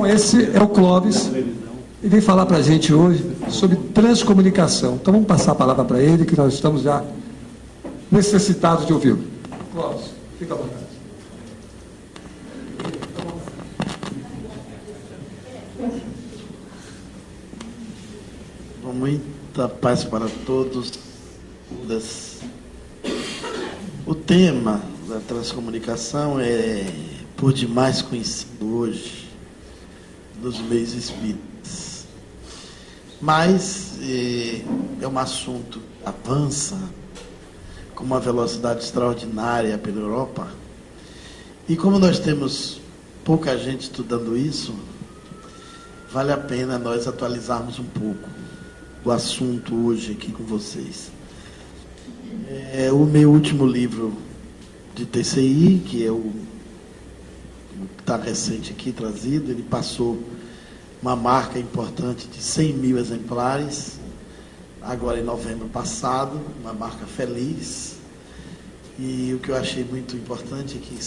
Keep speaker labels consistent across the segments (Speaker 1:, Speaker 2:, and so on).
Speaker 1: Então, esse é o Clóvis, e vem falar para a gente hoje sobre transcomunicação. Então, vamos passar a palavra para ele, que nós estamos já necessitados de ouvi-lo. Clóvis, fica à vontade.
Speaker 2: Muita paz para todos. O tema da transcomunicação é por demais conhecido hoje nos meios espíritas, mas é um assunto que avança com uma velocidade extraordinária pela Europa, e como nós temos pouca gente estudando isso, vale a pena nós atualizarmos um pouco o assunto hoje aqui com vocês. O meu último livro de TCI, que é o que está recente aqui trazido, ele passou uma marca importante de 100 mil exemplares, agora em novembro passado, uma marca feliz. E o que eu achei muito importante é que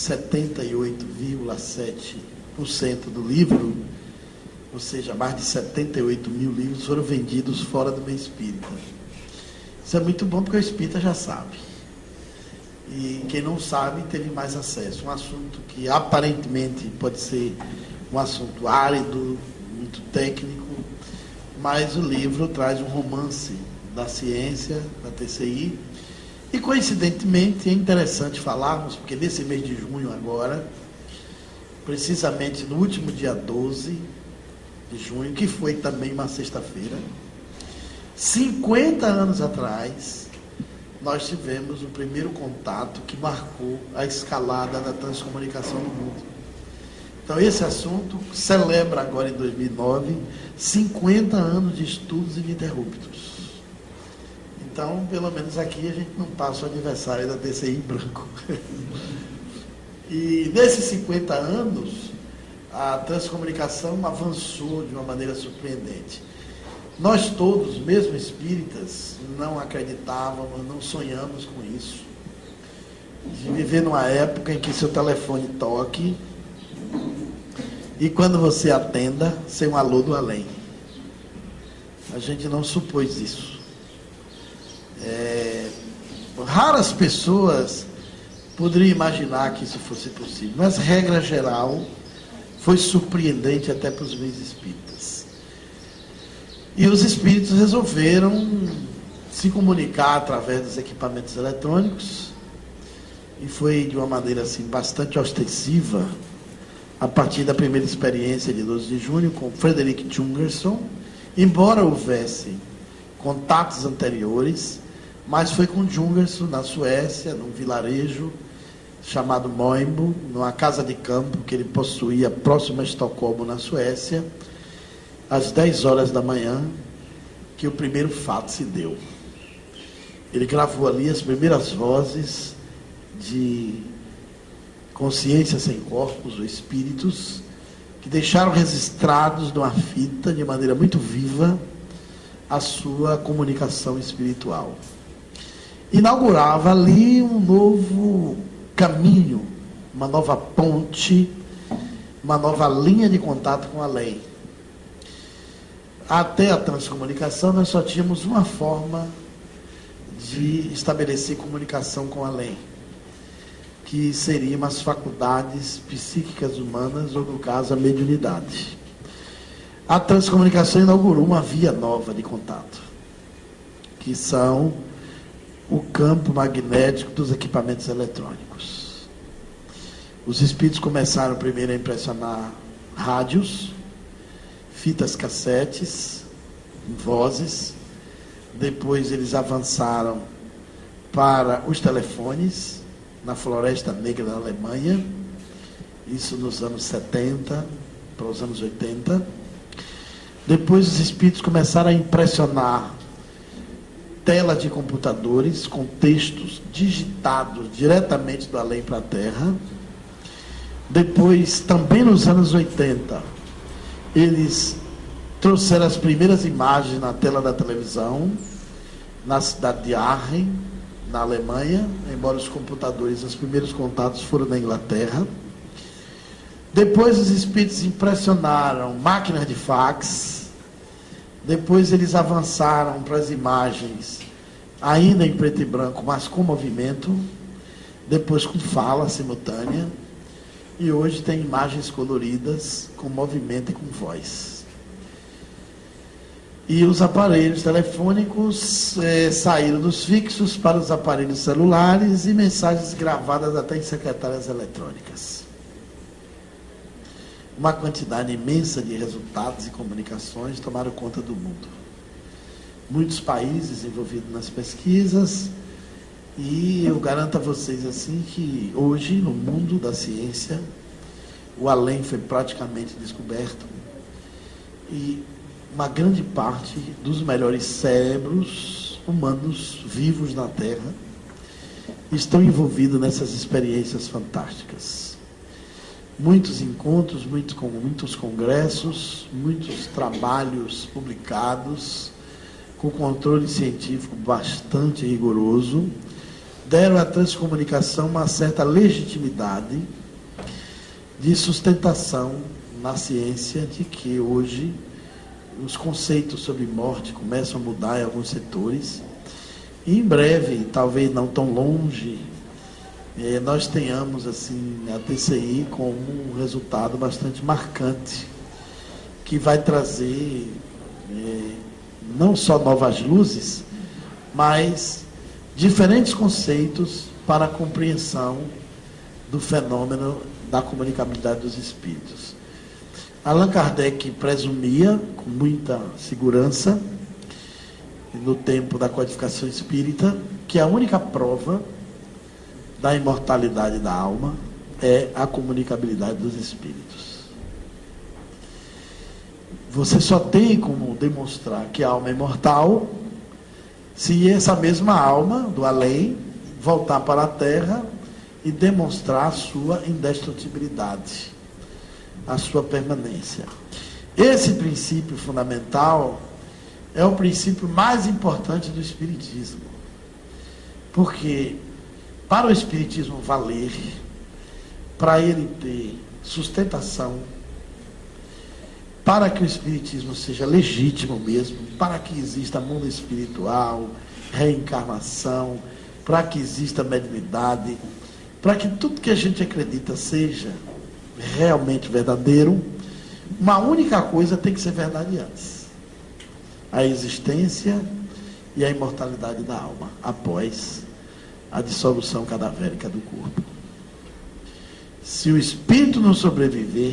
Speaker 2: 78,7% do livro, ou seja, mais de 78 mil livros foram vendidos fora do meio espírita. Isso é muito bom, porque o espírita já sabe. E quem não sabe teve mais acesso. Um assunto que aparentemente pode ser um assunto árido, muito técnico, mas o livro traz um romance da ciência, da TCI. E coincidentemente é interessante falarmos, porque nesse mês de junho agora, precisamente no último dia 12 de junho, que foi também uma sexta-feira, 50 anos atrás, nós tivemos o primeiro contato que marcou a escalada da transcomunicação no mundo. Então, esse assunto celebra agora, em 2009, 50 anos de estudos ininterruptos. Então, pelo menos aqui, a gente não passa o aniversário da TCI em branco. E nesses 50 anos, a transcomunicação avançou de uma maneira surpreendente. Nós todos, mesmo espíritas, não acreditávamos, não sonhamos com isso. De viver numa época em que seu telefone toque e quando você atenda, ser um alô do além. A gente não supôs isso. Raras pessoas poderiam imaginar que isso fosse possível, mas, regra geral, foi surpreendente até para os meios espíritas. E os espíritos resolveram se comunicar através dos equipamentos eletrônicos, e foi de uma maneira assim bastante ostensiva, a partir da primeira experiência de 12 de junho com Frederick Jungerson, embora houvesse contatos anteriores, mas foi com Jungerson na Suécia, num vilarejo chamado Moimbo, numa casa de campo que ele possuía próximo a Estocolmo, na Suécia, às 10 horas da manhã, que o primeiro fato se deu. Ele gravou ali as primeiras vozes de consciência sem corpos, ou espíritos, que deixaram registrados numa fita, de maneira muito viva, a sua comunicação espiritual. Inaugurava ali um novo caminho, uma nova ponte, uma nova linha de contato com a lei. Até a transcomunicação, nós só tínhamos uma forma de estabelecer comunicação com a lei, que seriam as faculdades psíquicas humanas, ou no caso a mediunidade. A transcomunicação inaugurou uma via nova de contato, que são o campo magnético dos equipamentos eletrônicos. Os espíritos começaram primeiro a impressionar rádios, fitas cassetes, vozes. Depois eles avançaram para os telefones, na Floresta Negra da Alemanha, isso nos anos 70 para os anos 80. Depois os espíritos começaram a impressionar telas de computadores com textos digitados diretamente do além para a Terra. Depois, também nos anos 80, eles trouxeram as primeiras imagens na tela da televisão, na cidade de Aachen, na Alemanha, embora os computadores, os primeiros contatos foram na Inglaterra. Depois os espíritos impressionaram máquinas de fax. Depois eles avançaram para as imagens, ainda em preto e branco, mas com movimento. Depois com fala simultânea. E hoje tem imagens coloridas, com movimento e com voz. E os aparelhos telefônicos saíram dos fixos para os aparelhos celulares e mensagens gravadas até em secretárias eletrônicas. Uma quantidade imensa de resultados e comunicações tomaram conta do mundo. Muitos países envolvidos nas pesquisas, e eu garanto a vocês assim que hoje, no mundo da ciência, o além foi praticamente descoberto, e uma grande parte dos melhores cérebros humanos vivos na Terra estão envolvidos nessas experiências fantásticas. Muitos encontros, muitos congressos, muitos trabalhos publicados, com controle científico bastante rigoroso, deram à transcomunicação uma certa legitimidade de sustentação na ciência de que hoje os conceitos sobre morte começam a mudar em alguns setores, e em breve, talvez não tão longe, nós tenhamos assim a TCI como um resultado bastante marcante, que vai trazer não só novas luzes, mas diferentes conceitos para a compreensão do fenômeno da comunicabilidade dos espíritos. Allan Kardec presumia, com muita segurança, no tempo da codificação espírita, que a única prova da imortalidade da alma é a comunicabilidade dos espíritos. Você só tem como demonstrar que a alma é imortal se essa mesma alma do além voltar para a Terra e demonstrar a sua indestrutibilidade, a sua permanência. Esse princípio fundamental é o princípio mais importante do Espiritismo, porque para o Espiritismo valer, para ele ter sustentação, para que o Espiritismo seja legítimo mesmo, para que exista mundo espiritual, reencarnação, para que exista mediunidade, para que tudo que a gente acredita seja realmente verdadeiro, uma única coisa tem que ser verdade antes: a existência e a imortalidade da alma, após a dissolução cadavérica do corpo. Se o espírito não sobreviver,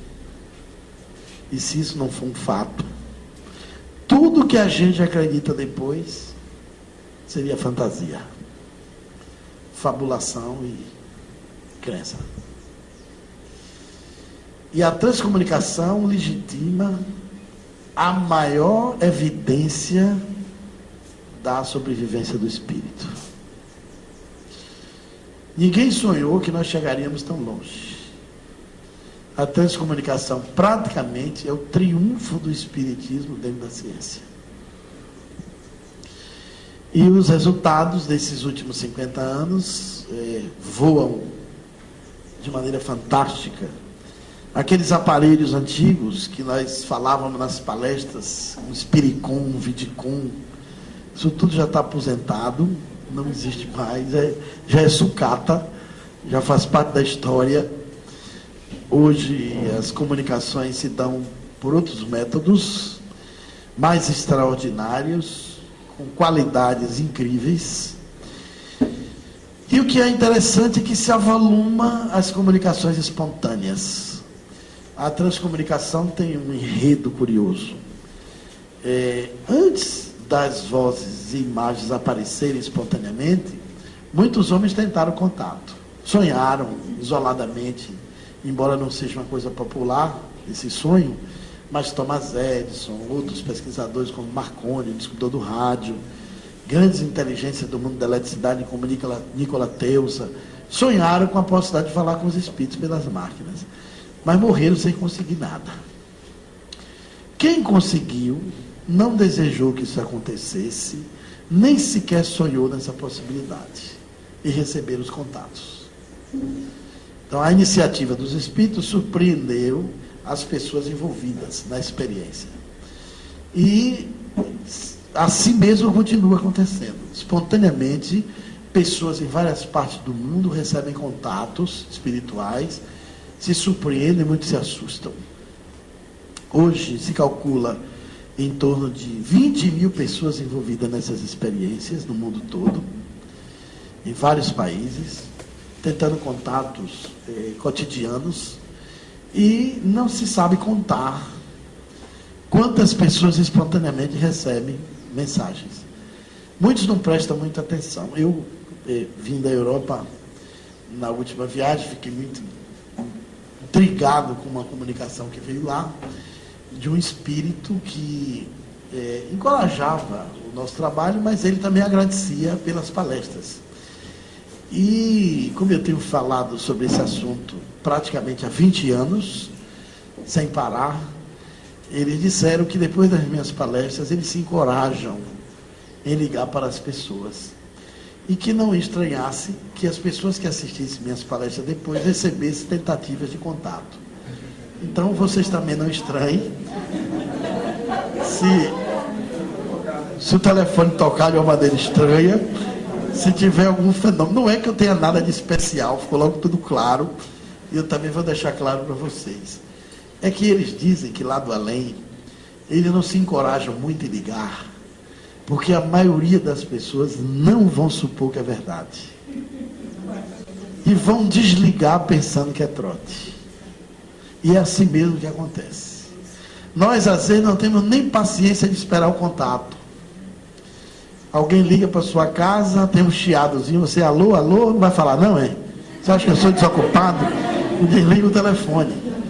Speaker 2: e se isso não for um fato, tudo que a gente acredita depois seria fantasia, fabulação e crença. E a transcomunicação legitima a maior evidência da sobrevivência do espírito. Ninguém sonhou que nós chegaríamos tão longe. A transcomunicação praticamente é o triunfo do espiritismo dentro da ciência. E os resultados desses últimos 50 anos voam de maneira fantástica. Aqueles aparelhos antigos que nós falávamos nas palestras, um Spiricom, um Vidicom, isso tudo já está aposentado, não existe mais, já é sucata, já faz parte da história. Hoje as comunicações se dão por outros métodos, mais extraordinários, com qualidades incríveis. E o que é interessante é que se avoluma as comunicações espontâneas. A transcomunicação tem um enredo curioso. Antes das vozes e imagens aparecerem espontaneamente, muitos homens tentaram contato, sonharam isoladamente, embora não seja uma coisa popular esse sonho, mas Thomas Edison, outros pesquisadores como Marconi, o descobridor do rádio, grandes inteligências do mundo da eletricidade, como Nikola Tesla, sonharam com a possibilidade de falar com os espíritos pelas máquinas, mas morreram sem conseguir nada. Quem conseguiu não desejou que isso acontecesse, nem sequer sonhou nessa possibilidade, e receberam os contatos. Então, a iniciativa dos espíritos surpreendeu as pessoas envolvidas na experiência. E assim mesmo continua acontecendo. Espontaneamente, pessoas em várias partes do mundo recebem contatos espirituais, se surpreendem, muitos se assustam. Hoje se calcula em torno de 20 mil pessoas envolvidas nessas experiências no mundo todo, em vários países, tentando contatos cotidianos, e não se sabe contar quantas pessoas espontaneamente recebem mensagens. Muitos não prestam muita atenção. Eu vim da Europa na última viagem, fiquei muito intrigado com uma comunicação que veio lá, de um espírito que encorajava o nosso trabalho, mas ele também agradecia pelas palestras. E, como eu tenho falado sobre esse assunto praticamente há 20 anos, sem parar, eles disseram que depois das minhas palestras, eles se encorajam em ligar para as pessoas. E que não estranhasse que as pessoas que assistissem minhas palestras depois recebessem tentativas de contato. Então, vocês também não estranhem se o telefone tocar de uma maneira estranha, se tiver algum fenômeno. Não é que eu tenha nada de especial, ficou logo tudo claro, e eu também vou deixar claro para vocês. É que eles dizem que lá do além, eles não se encorajam muito em ligar, porque a maioria das pessoas não vão supor que é verdade. E vão desligar pensando que é trote. E é assim mesmo que acontece. Nós, às vezes, não temos nem paciência de esperar o contato. Alguém liga para sua casa, tem um chiadozinho, você, alô, alô, não vai falar não, é? Você acha que eu sou desocupado? Desliga o telefone.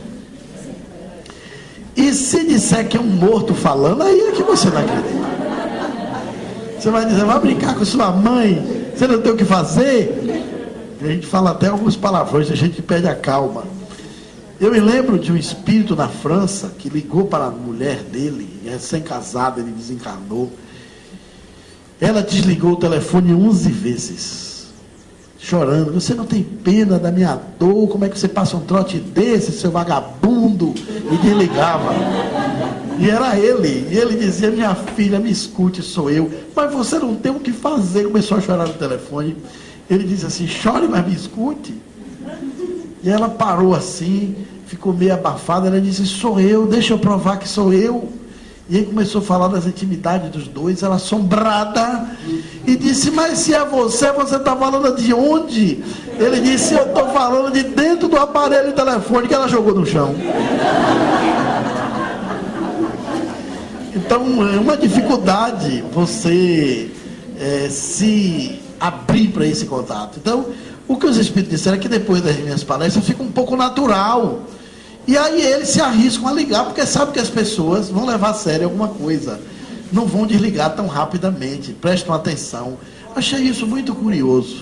Speaker 2: E se disser que é um morto falando, aí é que você não acredita. Você vai dizer, vai brincar com sua mãe, você não tem o que fazer? E a gente fala até alguns palavrões, a gente perde a calma. Eu me lembro de um espírito na França que ligou para a mulher dele, recém-casado, ele desencarnou. Ela desligou o telefone 11 vezes, chorando. Você não tem pena da minha dor? Como é que você passa um trote desse, seu vagabundo? E desligava. E era ele. E ele dizia, minha filha, me escute, sou eu. Mas você não tem o que fazer. Começou a chorar no telefone. Ele disse assim, chore, mas me escute. E ela parou assim, ficou meio abafada. Ela disse, sou eu, deixa eu provar que sou eu. E ele começou a falar das intimidades dos dois, ela assombrada, e disse, mas se é você está falando de onde? Ele disse, eu estou falando de dentro do aparelho telefônico que ela jogou no chão. Então, é uma dificuldade você se abrir para esse contato. Então, o que os espíritos disseram é que depois das minhas palestras fica um pouco natural. E aí eles se arriscam a ligar, porque sabem que as pessoas vão levar a sério alguma coisa. Não vão desligar tão rapidamente. Prestam atenção. Achei isso muito curioso.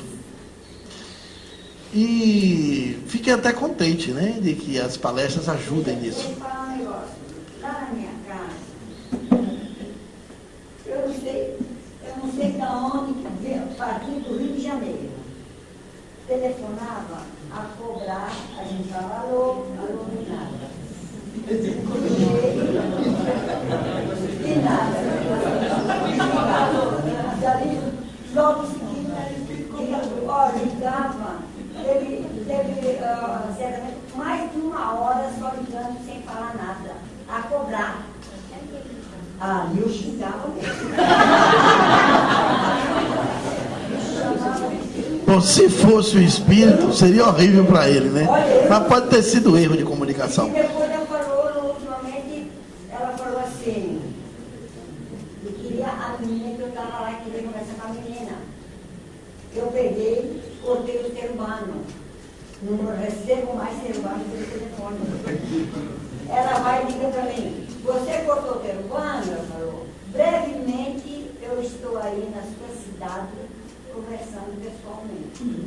Speaker 2: E fiquei até contente, né, de que as palestras ajudem nisso.
Speaker 3: Lá na minha casa, eu não sei de onde que veio, aqui do Rio de Janeiro. Telefonava a cobrar, a gente falava, alô, alô, nem nada. E nada. Logo em seguida, ligava, teve certamente mais de 1 hora só ligando sem falar nada, a cobrar. E eu xingava mesmo.
Speaker 2: Bom, se fosse o espírito, seria horrível para ele, né? Mas pode ter sido erro de comunicação.
Speaker 3: E depois ela falou, ultimamente, ela falou assim, eu queria a menina que eu estava lá, queria conversar com a menina. Eu peguei, cortei o ser humano. Não recebo mais ser humano pelo telefone. Ela vai e diga para mim, você cortou o ser humano? Ela falou, brevemente eu estou aí na sua cidade, conversando pessoalmente.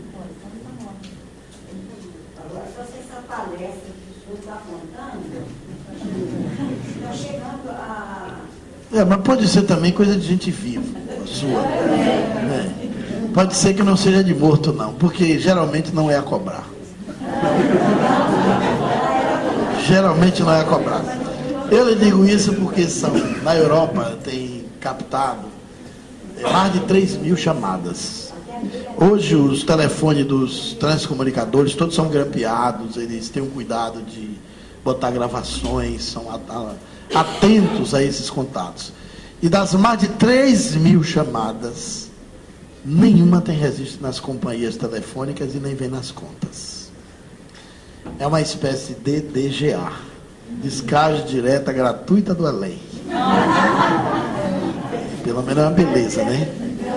Speaker 3: Agora, só se essa palestra que o senhor está contando, está chegando a...
Speaker 2: Mas pode ser também coisa de gente viva, sua. Pode ser que não seja de morto, não, porque geralmente não é a cobrar. Geralmente não é cobrado. Eu lhe digo isso porque na Europa tem captado mais de 3.000 chamadas. Hoje os telefones dos transcomunicadores todos são grampeados, eles têm um cuidado de botar gravações, são atentos a esses contatos. E das mais de 3.000 chamadas, nenhuma tem registro nas companhias telefônicas e nem vem nas contas. É uma espécie de DGA, descarga direta gratuita do além. Pelo menos é uma beleza, né?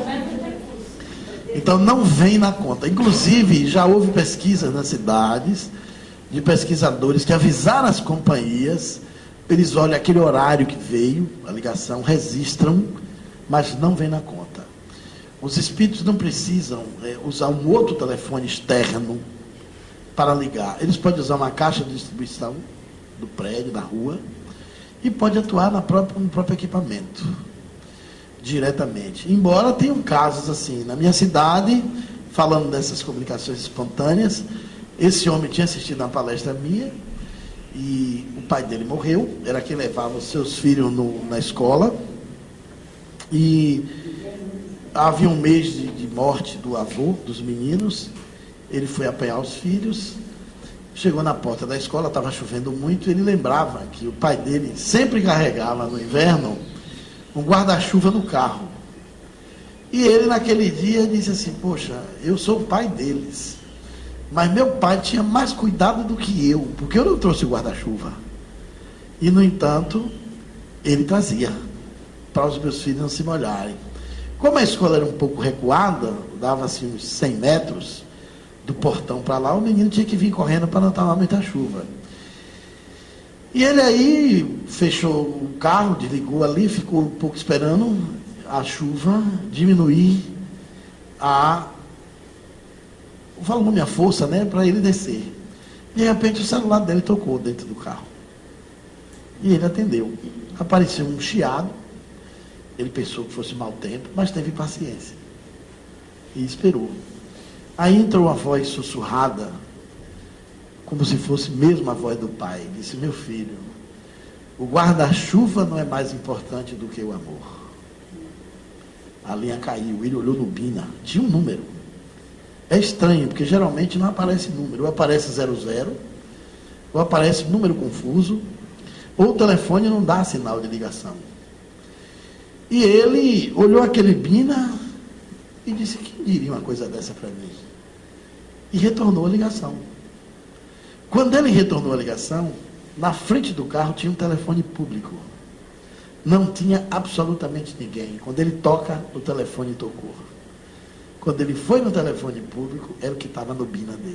Speaker 2: Então não vem na conta. Inclusive, já houve pesquisas nas cidades de pesquisadores que avisaram as companhias, eles olham aquele horário que veio, a ligação, registram, mas não vem na conta. Os espíritos não precisam usar um outro telefone externo para ligar. Eles podem usar uma caixa de distribuição do prédio, da rua, e pode atuar no próprio equipamento, diretamente. Embora tenham casos assim, na minha cidade, falando dessas comunicações espontâneas, esse homem tinha assistido uma palestra minha, e o pai dele morreu, era quem levava os seus filhos na escola, e havia um mês de morte do avô, dos meninos, ele foi apanhar os filhos, chegou na porta da escola, estava chovendo muito, ele lembrava que o pai dele sempre carregava no inverno um guarda-chuva no carro. E ele naquele dia disse assim, poxa, eu sou o pai deles, mas meu pai tinha mais cuidado do que eu, porque eu não trouxe o guarda-chuva. E no entanto, ele trazia, para os meus filhos não se molharem. Como a escola era um pouco recuada, dava assim uns 100 metros do portão para lá, o menino tinha que vir correndo para não tomar muita chuva. E ele aí fechou o carro, desligou ali, ficou um pouco esperando a chuva diminuir o volume, a força, né, para ele descer. De repente o celular dele tocou dentro do carro. E ele atendeu. Apareceu um chiado. Ele pensou que fosse mau tempo, mas teve paciência. E esperou. Aí entrou uma voz sussurrada, como se fosse mesmo a voz do pai. Disse, meu filho, o guarda-chuva não é mais importante do que o amor. A linha caiu, ele olhou no Bina, tinha um número. É estranho, porque geralmente não aparece número, ou aparece 00, ou aparece número confuso, ou o telefone não dá sinal de ligação. E ele olhou aquele Bina e disse, quem diria uma coisa dessa para mim? E retornou a ligação. Quando ele retornou a ligação, na frente do carro tinha um telefone público. Não tinha absolutamente ninguém. Quando ele toca, o telefone tocou. Quando ele foi no telefone público, era o que estava no Bina dele.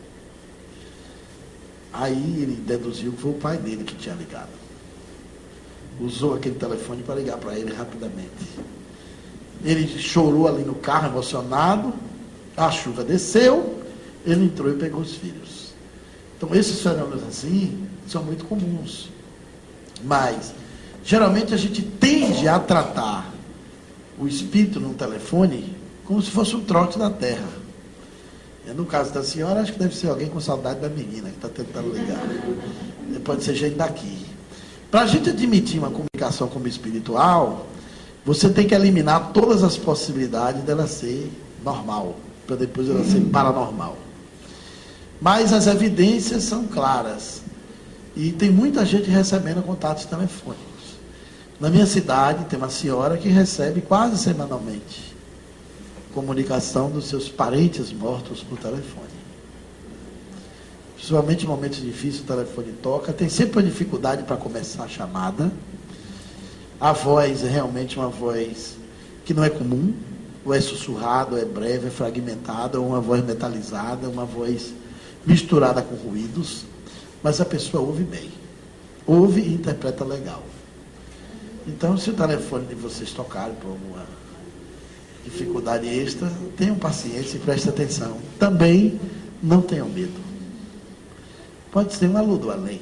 Speaker 2: Aí ele deduziu que foi o pai dele que tinha ligado. Usou aquele telefone para ligar para ele rapidamente. Ele chorou ali no carro, emocionado. A chuva desceu, ele entrou e pegou os filhos. Então, esses fenômenos assim são muito comuns. Mas, geralmente, a gente tende a tratar o espírito no telefone como se fosse um trote da terra. No caso da senhora, acho que deve ser alguém com saudade da menina que está tentando ligar. Pode ser gente daqui. Para a gente admitir uma comunicação como espiritual, você tem que eliminar todas as possibilidades dela ser normal, para depois ela ser paranormal. Mas as evidências são claras. E tem muita gente recebendo contatos telefônicos. Na minha cidade, tem uma senhora que recebe quase semanalmente comunicação dos seus parentes mortos por telefone. Principalmente em momentos difíceis, o telefone toca. Tem sempre uma dificuldade para começar a chamada. A voz é realmente uma voz que não é comum. Ou é sussurrado, ou é breve, é fragmentada, ou uma voz metalizada, uma voz misturada com ruídos. Mas a pessoa ouve bem. Ouve e interpreta legal. Então, se o telefone de vocês tocarem por alguma dificuldade extra, tenham paciência e prestem atenção. Também não tenham medo. Pode ser um alô do além.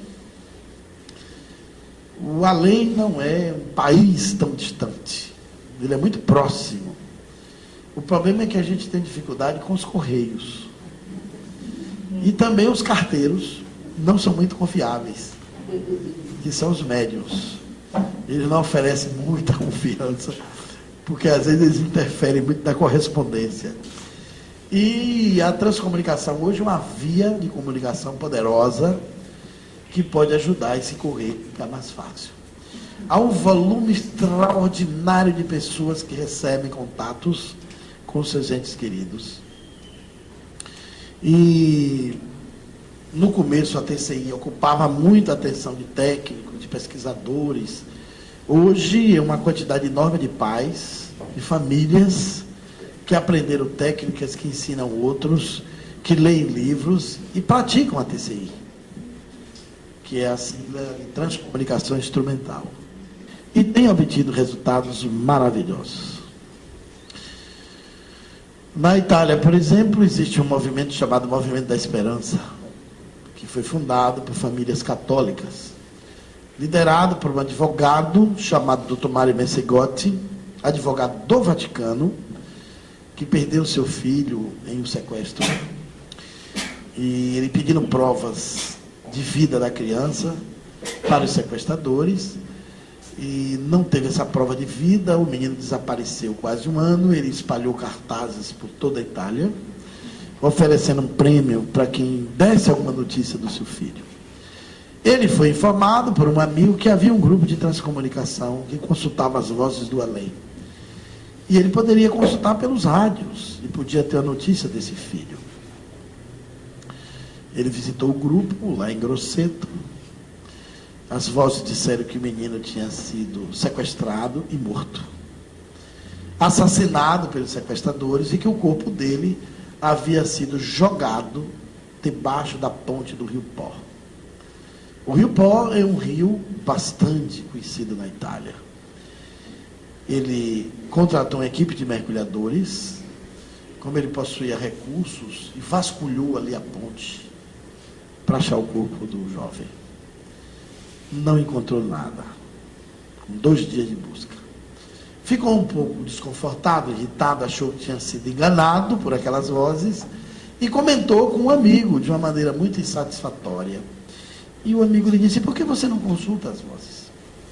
Speaker 2: O além não é um país tão distante. Ele é muito próximo. O problema é que a gente tem dificuldade com os correios. E também os carteiros não são muito confiáveis, que são os médiuns. Eles não oferecem muita confiança, porque às vezes eles interferem muito na correspondência. E a transcomunicação hoje é uma via de comunicação poderosa que pode ajudar esse correr ficar mais fácil. Há um volume extraordinário de pessoas que recebem contatos com seus entes queridos. E no começo a TCI ocupava muito a atenção de técnicos, de pesquisadores. Hoje é uma quantidade enorme de pais, de famílias que aprenderam técnicas, que ensinam outros, que leem livros e praticam a TCI, que é a sigla de transcomunicação instrumental. E tem obtido resultados maravilhosos. Na Itália, por exemplo, existe um movimento chamado Movimento da Esperança, que foi fundado por famílias católicas, liderado por um advogado chamado Dr. Mario Mensegotti, advogado do Vaticano, que perdeu seu filho em um sequestro. E ele pedindo provas de vida da criança para os sequestradores, e não teve essa prova de vida. O menino desapareceu quase um ano. Ele espalhou cartazes por toda a Itália, oferecendo um prêmio para quem desse alguma notícia do seu filho. Ele foi informado por um amigo que havia um grupo de transcomunicação que consultava as vozes do além. E ele poderia consultar pelos rádios e podia ter a notícia desse filho. Ele visitou o grupo lá em Grosseto. As vozes disseram que o menino tinha sido sequestrado e morto, assassinado pelos sequestradores, e que o corpo dele havia sido jogado debaixo da ponte do Rio Pó. O Rio Pó é um rio bastante conhecido na Itália. Ele contratou uma equipe de mergulhadores, como ele possuía recursos, e vasculhou ali a ponte para achar o corpo do jovem. Não encontrou nada. Com 2 dias de busca. Ficou um pouco desconfortado, irritado, achou que tinha sido enganado por aquelas vozes e comentou com um amigo de uma maneira muito insatisfatória. E o amigo lhe disse: por que você não consulta as vozes?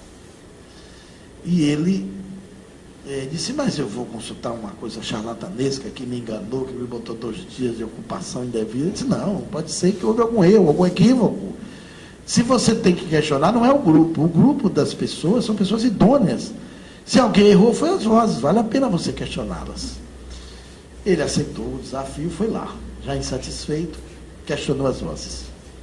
Speaker 2: E ele disse: mas eu vou consultar uma coisa charlatanesca que me enganou, que me botou 2 dias de ocupação indevida. Ele disse: não, pode ser que houve algum erro, algum equívoco. Se você tem que questionar, não é o grupo das pessoas são pessoas idôneas. Se alguém errou, foi as vozes, vale a pena você questioná-las. Ele aceitou o desafio, foi lá, já insatisfeito, questionou as vozes.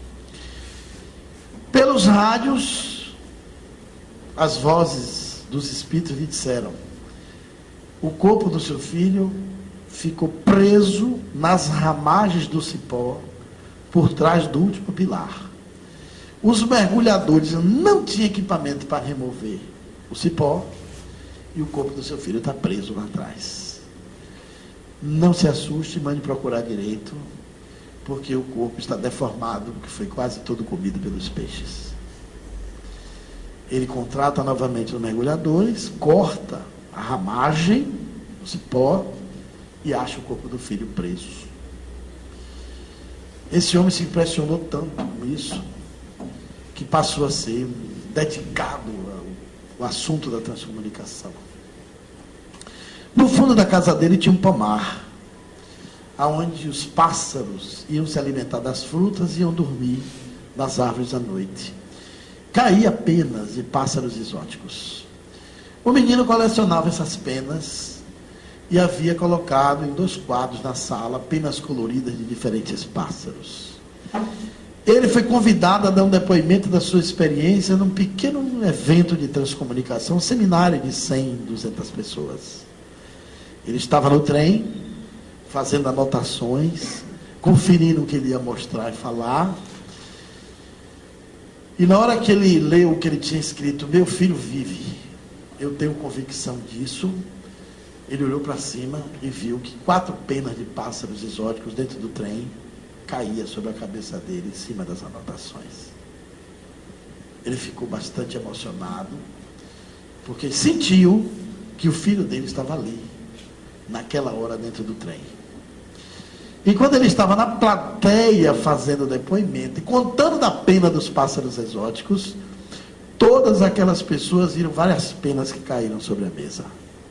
Speaker 2: Pelos rádios, as vozes dos espíritos lhe disseram: o corpo do seu filho ficou preso nas ramagens do cipó, por trás do último pilar. Os mergulhadores não tinham equipamento para remover o cipó, e o corpo do seu filho está preso lá atrás. Não se assuste, mande procurar direito, porque o corpo está deformado, porque foi quase todo comido pelos peixes. Ele contrata novamente os mergulhadores, corta a ramagem, o cipó, e acha o corpo do filho preso. Esse homem se impressionou tanto com isso, que passou a ser dedicado ao assunto da transcomunicação. No fundo da casa dele tinha um pomar, onde os pássaros iam se alimentar das frutas e iam dormir nas árvores à noite. Caía penas de pássaros exóticos. O menino colecionava essas penas e havia colocado em 2 quadros na sala penas coloridas de diferentes pássaros. Ele foi convidado a dar um depoimento da sua experiência num pequeno evento de transcomunicação, um seminário de 100, 200 pessoas. Ele estava no trem, fazendo anotações, conferindo o que ele ia mostrar e falar. E na hora que ele leu o que ele tinha escrito: meu filho vive, eu tenho convicção disso, ele olhou para cima e viu que 4 penas de pássaros exóticos dentro do trem caía sobre a cabeça dele, em cima das anotações. Ele ficou bastante emocionado, porque sentiu que o filho dele estava ali, naquela hora, dentro do trem. E quando ele estava na plateia fazendo depoimento e contando da pena dos pássaros exóticos, todas aquelas pessoas viram várias penas que caíram sobre a mesa.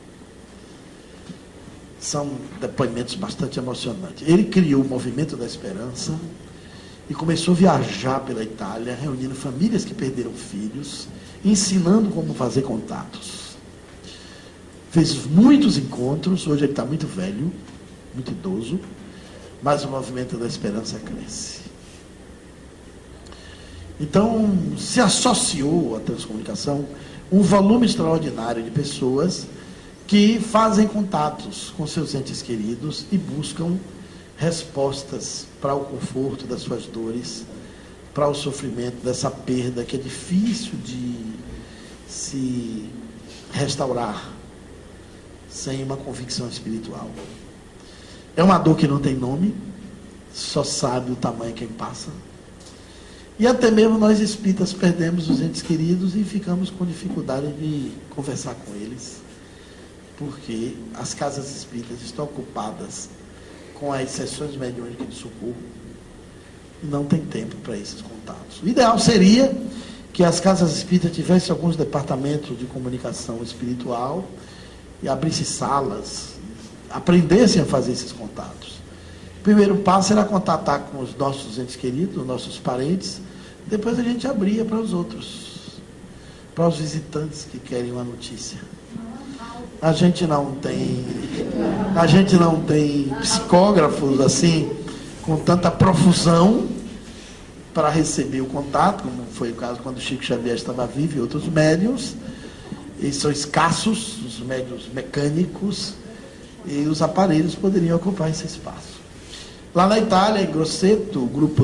Speaker 2: São depoimentos bastante emocionantes. Ele criou o Movimento da Esperança e começou a viajar pela Itália, reunindo famílias que perderam filhos, ensinando como fazer contatos. Fez muitos encontros, hoje ele está muito velho, muito idoso, mas o Movimento da Esperança cresce. Então, se associou à transcomunicação um volume extraordinário de pessoas que fazem contatos com seus entes queridos e buscam respostas para o conforto das suas dores, para o sofrimento dessa perda que é difícil de se restaurar sem uma convicção espiritual. É uma dor que não tem nome, só sabe o tamanho quem passa. E até mesmo nós espíritas perdemos os entes queridos e ficamos com dificuldade de conversar com eles, porque as casas espíritas estão ocupadas com as sessões mediúnicas de socorro e não tem tempo para esses contatos. O ideal seria que as casas espíritas tivessem alguns departamentos de comunicação espiritual e abrissem salas, aprendessem a fazer esses contatos. O primeiro passo era contatar com os nossos entes queridos, os nossos parentes, depois a gente abria para os outros, para os visitantes que querem uma notícia. A gente não tem psicógrafos assim, com tanta profusão para receber o contato, como foi o caso quando o Chico Xavier estava vivo e outros médiuns. Eles são escassos, os médiuns mecânicos, e os aparelhos poderiam ocupar esse espaço. Lá na Itália, em Grosseto, o grupo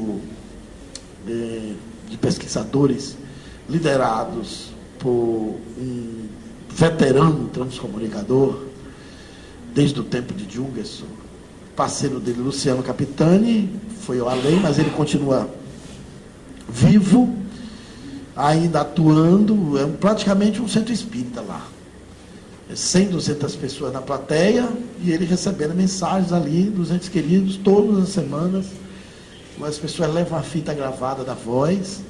Speaker 2: de pesquisadores liderados por um veterano transcomunicador, desde o tempo de Jungerson, parceiro dele, Luciano Capitani, foi ao além, mas ele continua vivo, ainda atuando, é praticamente um centro espírita lá. 100, 200 pessoas na plateia, e ele recebendo mensagens ali dos entes queridos todas as semanas. As pessoas levam a fita gravada da voz,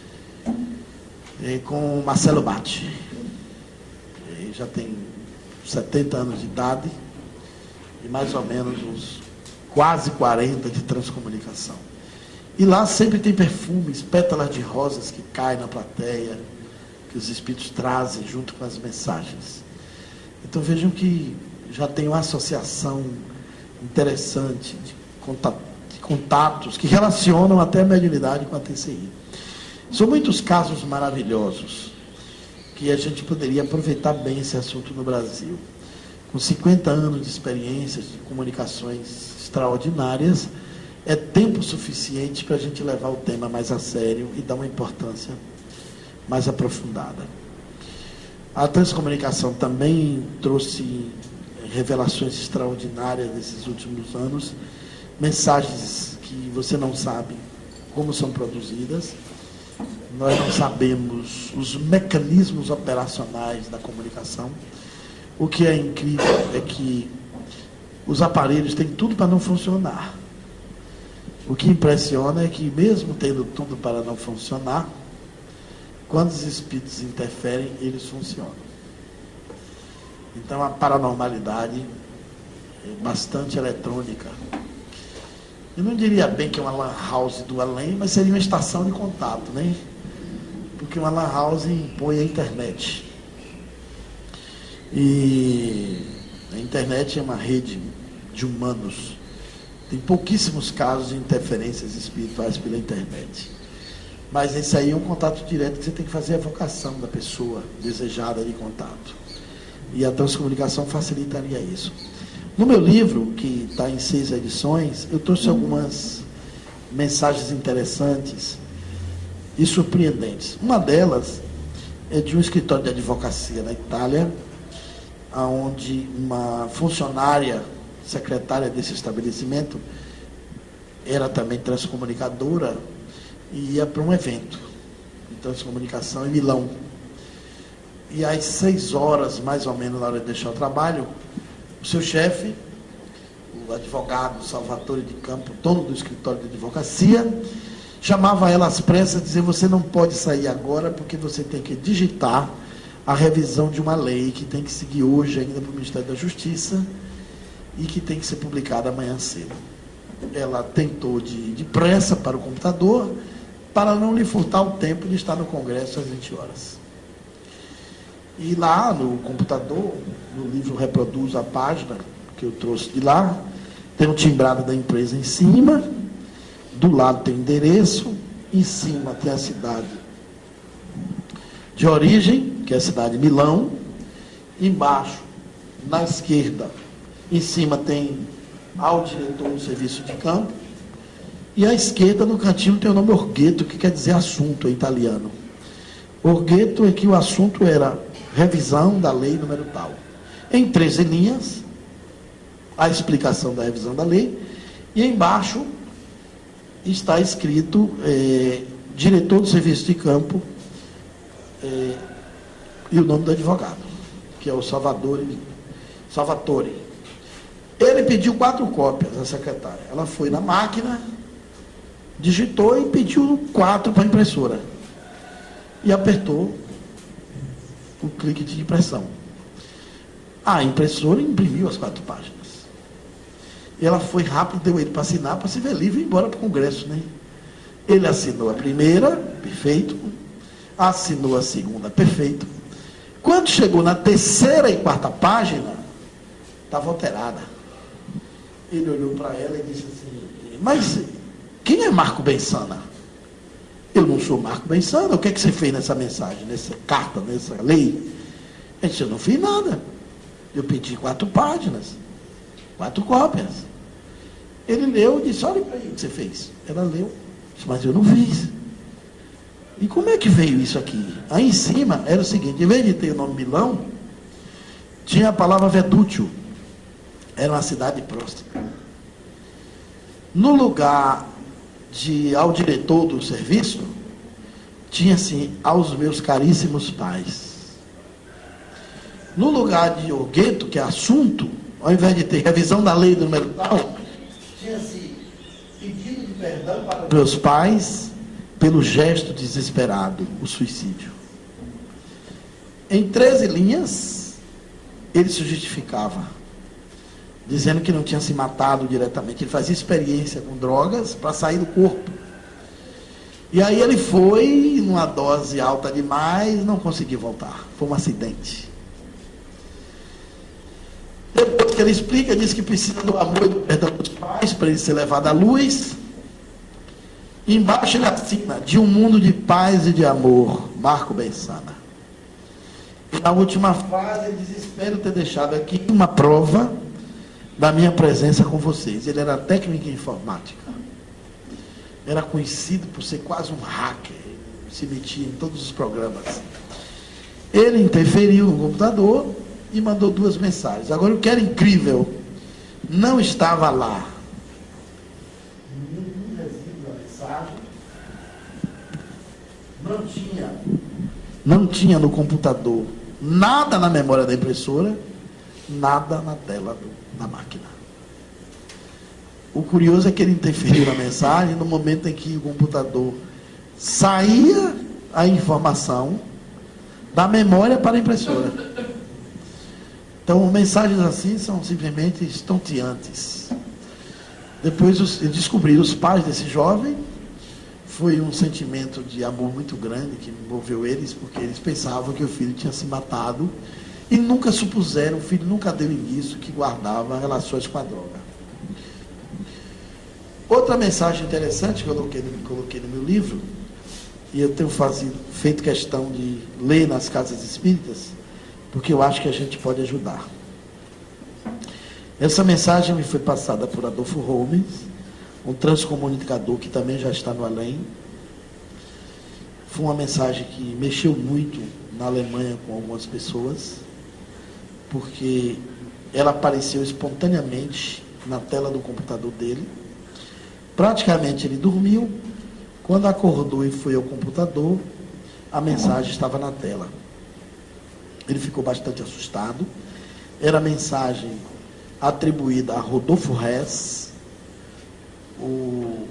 Speaker 2: com Marcelo Batti. Ele já tem 70 anos de idade e mais ou menos uns quase 40 de transcomunicação. E lá sempre tem perfumes, pétalas de rosas que caem na plateia, que os espíritos trazem junto com as mensagens. Então vejam que já tem uma associação interessante de contatos que relacionam até a mediunidade com a TCI. São muitos casos maravilhosos que a gente poderia aproveitar bem esse assunto no Brasil. Com 50 anos de experiências de comunicações extraordinárias, é tempo suficiente para a gente levar o tema mais a sério e dar uma importância mais aprofundada. A transcomunicação também trouxe revelações extraordinárias nesses últimos anos, mensagens que você não sabe como são produzidas, nós não sabemos os mecanismos operacionais da comunicação. O que é incrível é que os aparelhos têm tudo para não funcionar. O que impressiona é que, mesmo tendo tudo para não funcionar, quando os espíritos interferem, eles funcionam. Então, a paranormalidade é bastante eletrônica. Eu não diria bem que é uma lan house do além, mas seria uma estação de contato, né? Porque uma lan house impõe a internet. E a internet é uma rede de humanos. Tem pouquíssimos casos de interferências espirituais pela internet. Mas esse aí é um contato direto que você tem que fazer a vocação da pessoa desejada de contato. E a transcomunicação facilitaria isso. No meu livro, que está em 6 edições, eu trouxe algumas mensagens interessantes e surpreendentes. Uma delas é de um escritório de advocacia na Itália, onde uma funcionária, secretária desse estabelecimento, era também transcomunicadora e ia para um evento de transcomunicação em Milão. E às 6 horas, mais ou menos, na hora de deixar o trabalho, o seu chefe o advogado Salvatore de Campo, dono do escritório de advocacia, chamava ela às pressas e dizia: você não pode sair agora porque você tem que digitar a revisão de uma lei que tem que seguir hoje ainda para o Ministério da Justiça e que tem que ser publicada amanhã cedo. Ela tentou de pressa para o computador para não lhe furtar o tempo de estar no Congresso às 20 horas. E lá no computador, no livro reproduz a página que eu trouxe de lá, tem o timbrado da empresa em cima, do lado tem o endereço, em cima tem a cidade de origem, que é a cidade de Milão, embaixo, na esquerda, em cima tem ao diretor do serviço de campo, e à esquerda, no cantinho, tem o nome Orghetto, que quer dizer assunto em italiano. Orghetto é que o assunto era revisão da lei número tal. Em 13 linhas, a explicação da revisão da lei, e embaixo está escrito diretor do serviço de campo e o nome do advogado, que é o Salvatore. Ele pediu 4 cópias à secretária. Ela foi na máquina, digitou e pediu 4 para a impressora. E apertou o clique de impressão. A impressora imprimiu as 4 páginas. E ela foi rápido, deu ele para assinar, para se ver livre e ir embora para o Congresso, né? Ele assinou a primeira, perfeito. Assinou a segunda, perfeito. Quando chegou na 3ª e 4ª página, estava alterada. Ele olhou para ela e disse assim: mas quem é Marco Bensana? Eu não sou Marco Bensana. O que é que você fez nessa mensagem, nessa carta, nessa lei? Ele disse: eu não fiz nada. Eu pedi 4 páginas, 4 cópias. Ele leu e disse: olha para aí o que você fez. Ela leu, disse: mas eu não fiz. E como é que veio isso aqui? Aí em cima era o seguinte: em vez de ter o nome Milão, tinha a palavra Vedúcio. Era uma cidade próxima. No lugar de ao diretor do serviço, tinha assim: aos meus caríssimos pais. No lugar de Orghetto, que é assunto, ao invés de ter revisão da lei do número tal, tinha assim: pedido de perdão para meus pais pelo gesto desesperado, o suicídio. Em 13 linhas, ele se justificava, dizendo que não tinha se matado diretamente. Ele fazia experiência com drogas para sair do corpo. E aí ele foi numa dose alta demais, não conseguiu voltar. Foi um acidente. Depois que ele explica, diz que precisa do amor e do perdão dos pais para ele ser levado à luz. E embaixo ele assina: de um mundo de paz e de amor, Marco Bensana. E na última frase ele diz: espero ter deixado aqui uma prova da minha presença com vocês. Ele era técnico em informática. Era conhecido por ser quase um hacker. Se metia em todos os programas. Ele interferiu no computador e mandou 2 mensagens. Agora, o que era incrível, não estava lá nenhum resíduo da mensagem. Não tinha no computador nada na memória da impressora, nada na tela da máquina. O curioso é que ele interferiu na mensagem no momento em que o computador saía a informação da memória para a impressora. Então, mensagens assim são simplesmente estonteantes. Depois descobriram os pais desse jovem. Foi um sentimento de amor muito grande que envolveu eles, porque eles pensavam que o filho tinha se matado e nunca supuseram, o filho nunca deu indício que guardava relações com a droga. Outra mensagem interessante que eu coloquei no meu livro, e eu tenho feito questão de ler nas casas espíritas, porque eu acho que a gente pode ajudar. Essa mensagem me foi passada por Adolfo Holmes, um transcomunicador que também já está no além. Foi uma mensagem que mexeu muito na Alemanha com algumas pessoas, porque ela apareceu espontaneamente na tela do computador dele. Praticamente ele dormiu. Quando acordou e foi ao computador, a mensagem estava na tela. Ele ficou bastante assustado. Era a mensagem atribuída a Rodolfo Hess, o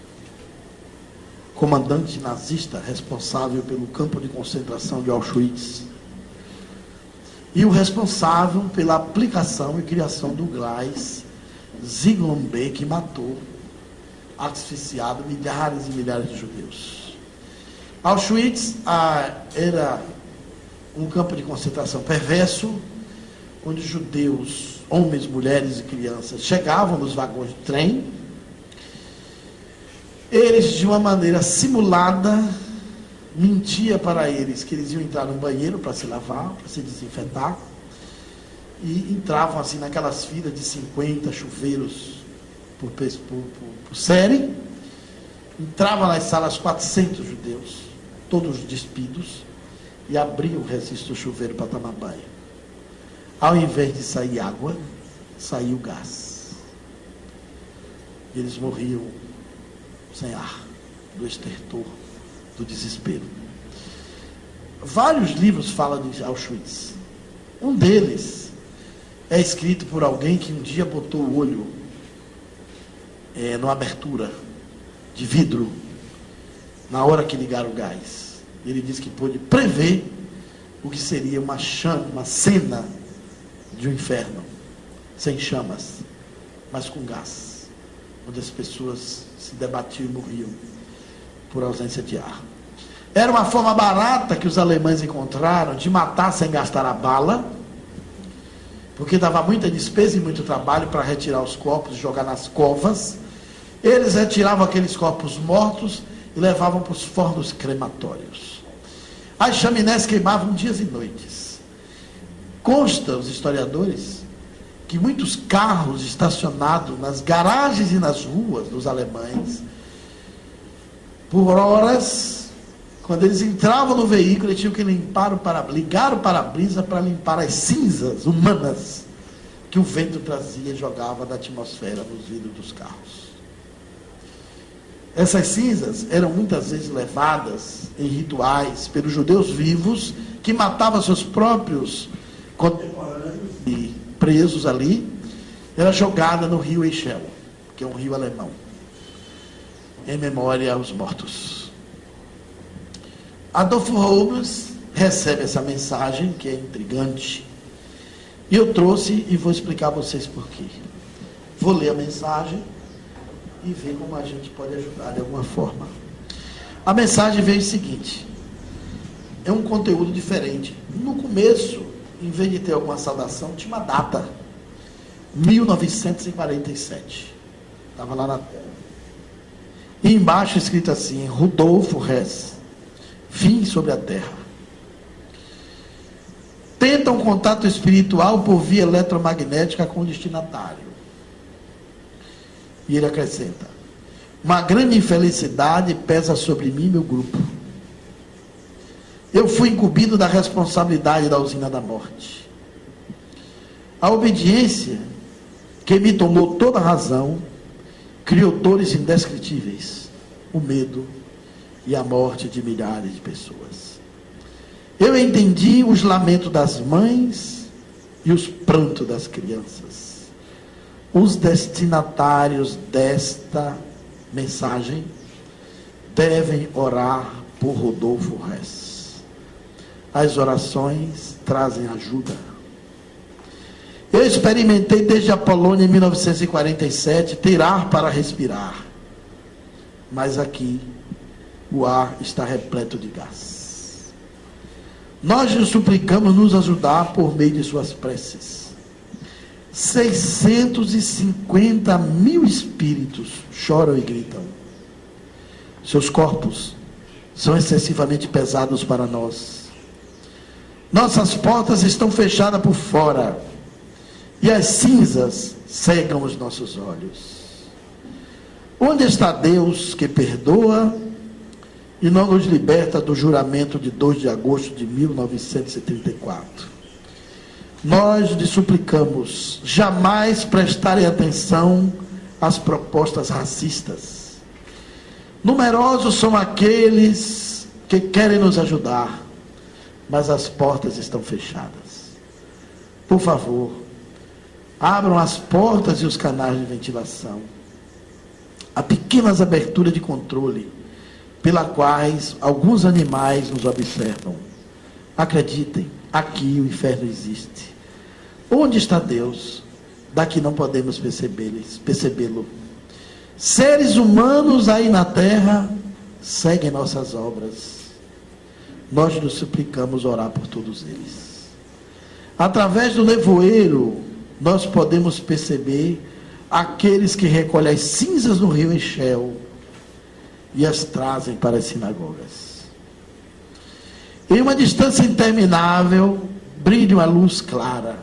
Speaker 2: comandante nazista responsável pelo campo de concentração de Auschwitz, e o responsável pela aplicação e criação do gás Zyklon B, que matou, asfixiado, milhares e milhares de judeus. Auschwitz era um campo de concentração perverso, onde judeus, homens, mulheres e crianças, chegavam nos vagões de trem. Eles, de uma maneira simulada, mentia para eles que eles iam entrar no banheiro para se lavar, para se desinfetar, e entravam assim naquelas filas de 50 chuveiros por série. Entravam nas salas 400 judeus, todos despidos, e abriam o resto do chuveiro para tomar banho. Ao invés de sair água, saiu gás. E eles morriam sem ar, do estertor, do desespero. Vários livros falam de Auschwitz. Um deles é escrito por alguém que um dia botou o olho numa abertura de vidro na hora que ligaram o gás. Ele diz que pôde prever o que seria uma cena de um inferno, sem chamas, mas com gás, onde as pessoas se debatiam e morriam por ausência de ar. Era uma forma barata que os alemães encontraram de matar sem gastar a bala, porque dava muita despesa e muito trabalho para retirar os corpos e jogar nas covas. Eles retiravam aqueles corpos mortos e levavam para os fornos crematórios. As chaminés queimavam dias e noites. Consta, os historiadores, que muitos carros estacionados nas garagens e nas ruas dos alemães, por horas, quando eles entravam no veículo, eles tinham que ligar o para-brisa para limpar as cinzas humanas que o vento trazia e jogava da atmosfera nos vidros dos carros. Essas cinzas eram muitas vezes levadas em rituais pelos judeus vivos, que matavam seus próprios contemporâneos e presos ali. Era jogada no rio Eichel, que é um rio alemão, em memória aos mortos. Adolfo Holmes recebe essa mensagem, que é intrigante, e eu trouxe e vou explicar a vocês por quê. Vou ler a mensagem e ver como a gente pode ajudar de alguma forma. A mensagem veio o seguinte: é um conteúdo diferente. No começo, em vez de ter alguma saudação, tinha uma data, 1947, estava lá na tela, e embaixo escrito assim: Rodolfo Hess, fim sobre a terra. Tenta um contato espiritual por via eletromagnética com o destinatário. E ele acrescenta: uma grande infelicidade pesa sobre mim e meu grupo. Eu fui incumbido da responsabilidade da usina da morte. A obediência, que me tomou toda a razão, criou dores indescritíveis, o medo e a morte de milhares de pessoas. Eu entendi os lamentos das mães e os prantos das crianças. Os destinatários desta mensagem devem orar por Rodolfo Hess. As orações trazem ajuda. Eu experimentei desde a Polônia em 1947 ter ar para respirar, mas aqui o ar está repleto de gás. Nós lhe suplicamos nos ajudar por meio de suas preces. 650 mil espíritos choram e gritam. Seus corpos são excessivamente pesados para nós. Nossas portas estão fechadas por fora e as cinzas cegam os nossos olhos. Onde está Deus que perdoa e não nos liberta do juramento de 2 de agosto de 1934? Nós lhe suplicamos jamais prestarem atenção às propostas racistas. Numerosos são aqueles que querem nos ajudar, mas as portas estão fechadas. Por favor, Abram as portas e os canais de ventilação. Há pequenas aberturas de controle, pelas quais alguns animais nos observam. Acreditem, aqui o inferno existe. Onde está Deus? Daqui não podemos percebê-lo. Seres humanos aí na terra seguem nossas obras. Nós nos suplicamos orar por todos eles. Através do nevoeiro, nós podemos perceber aqueles que recolhem as cinzas no rio Eshel e as trazem para as sinagogas. Em uma distância interminável, brilha uma luz clara,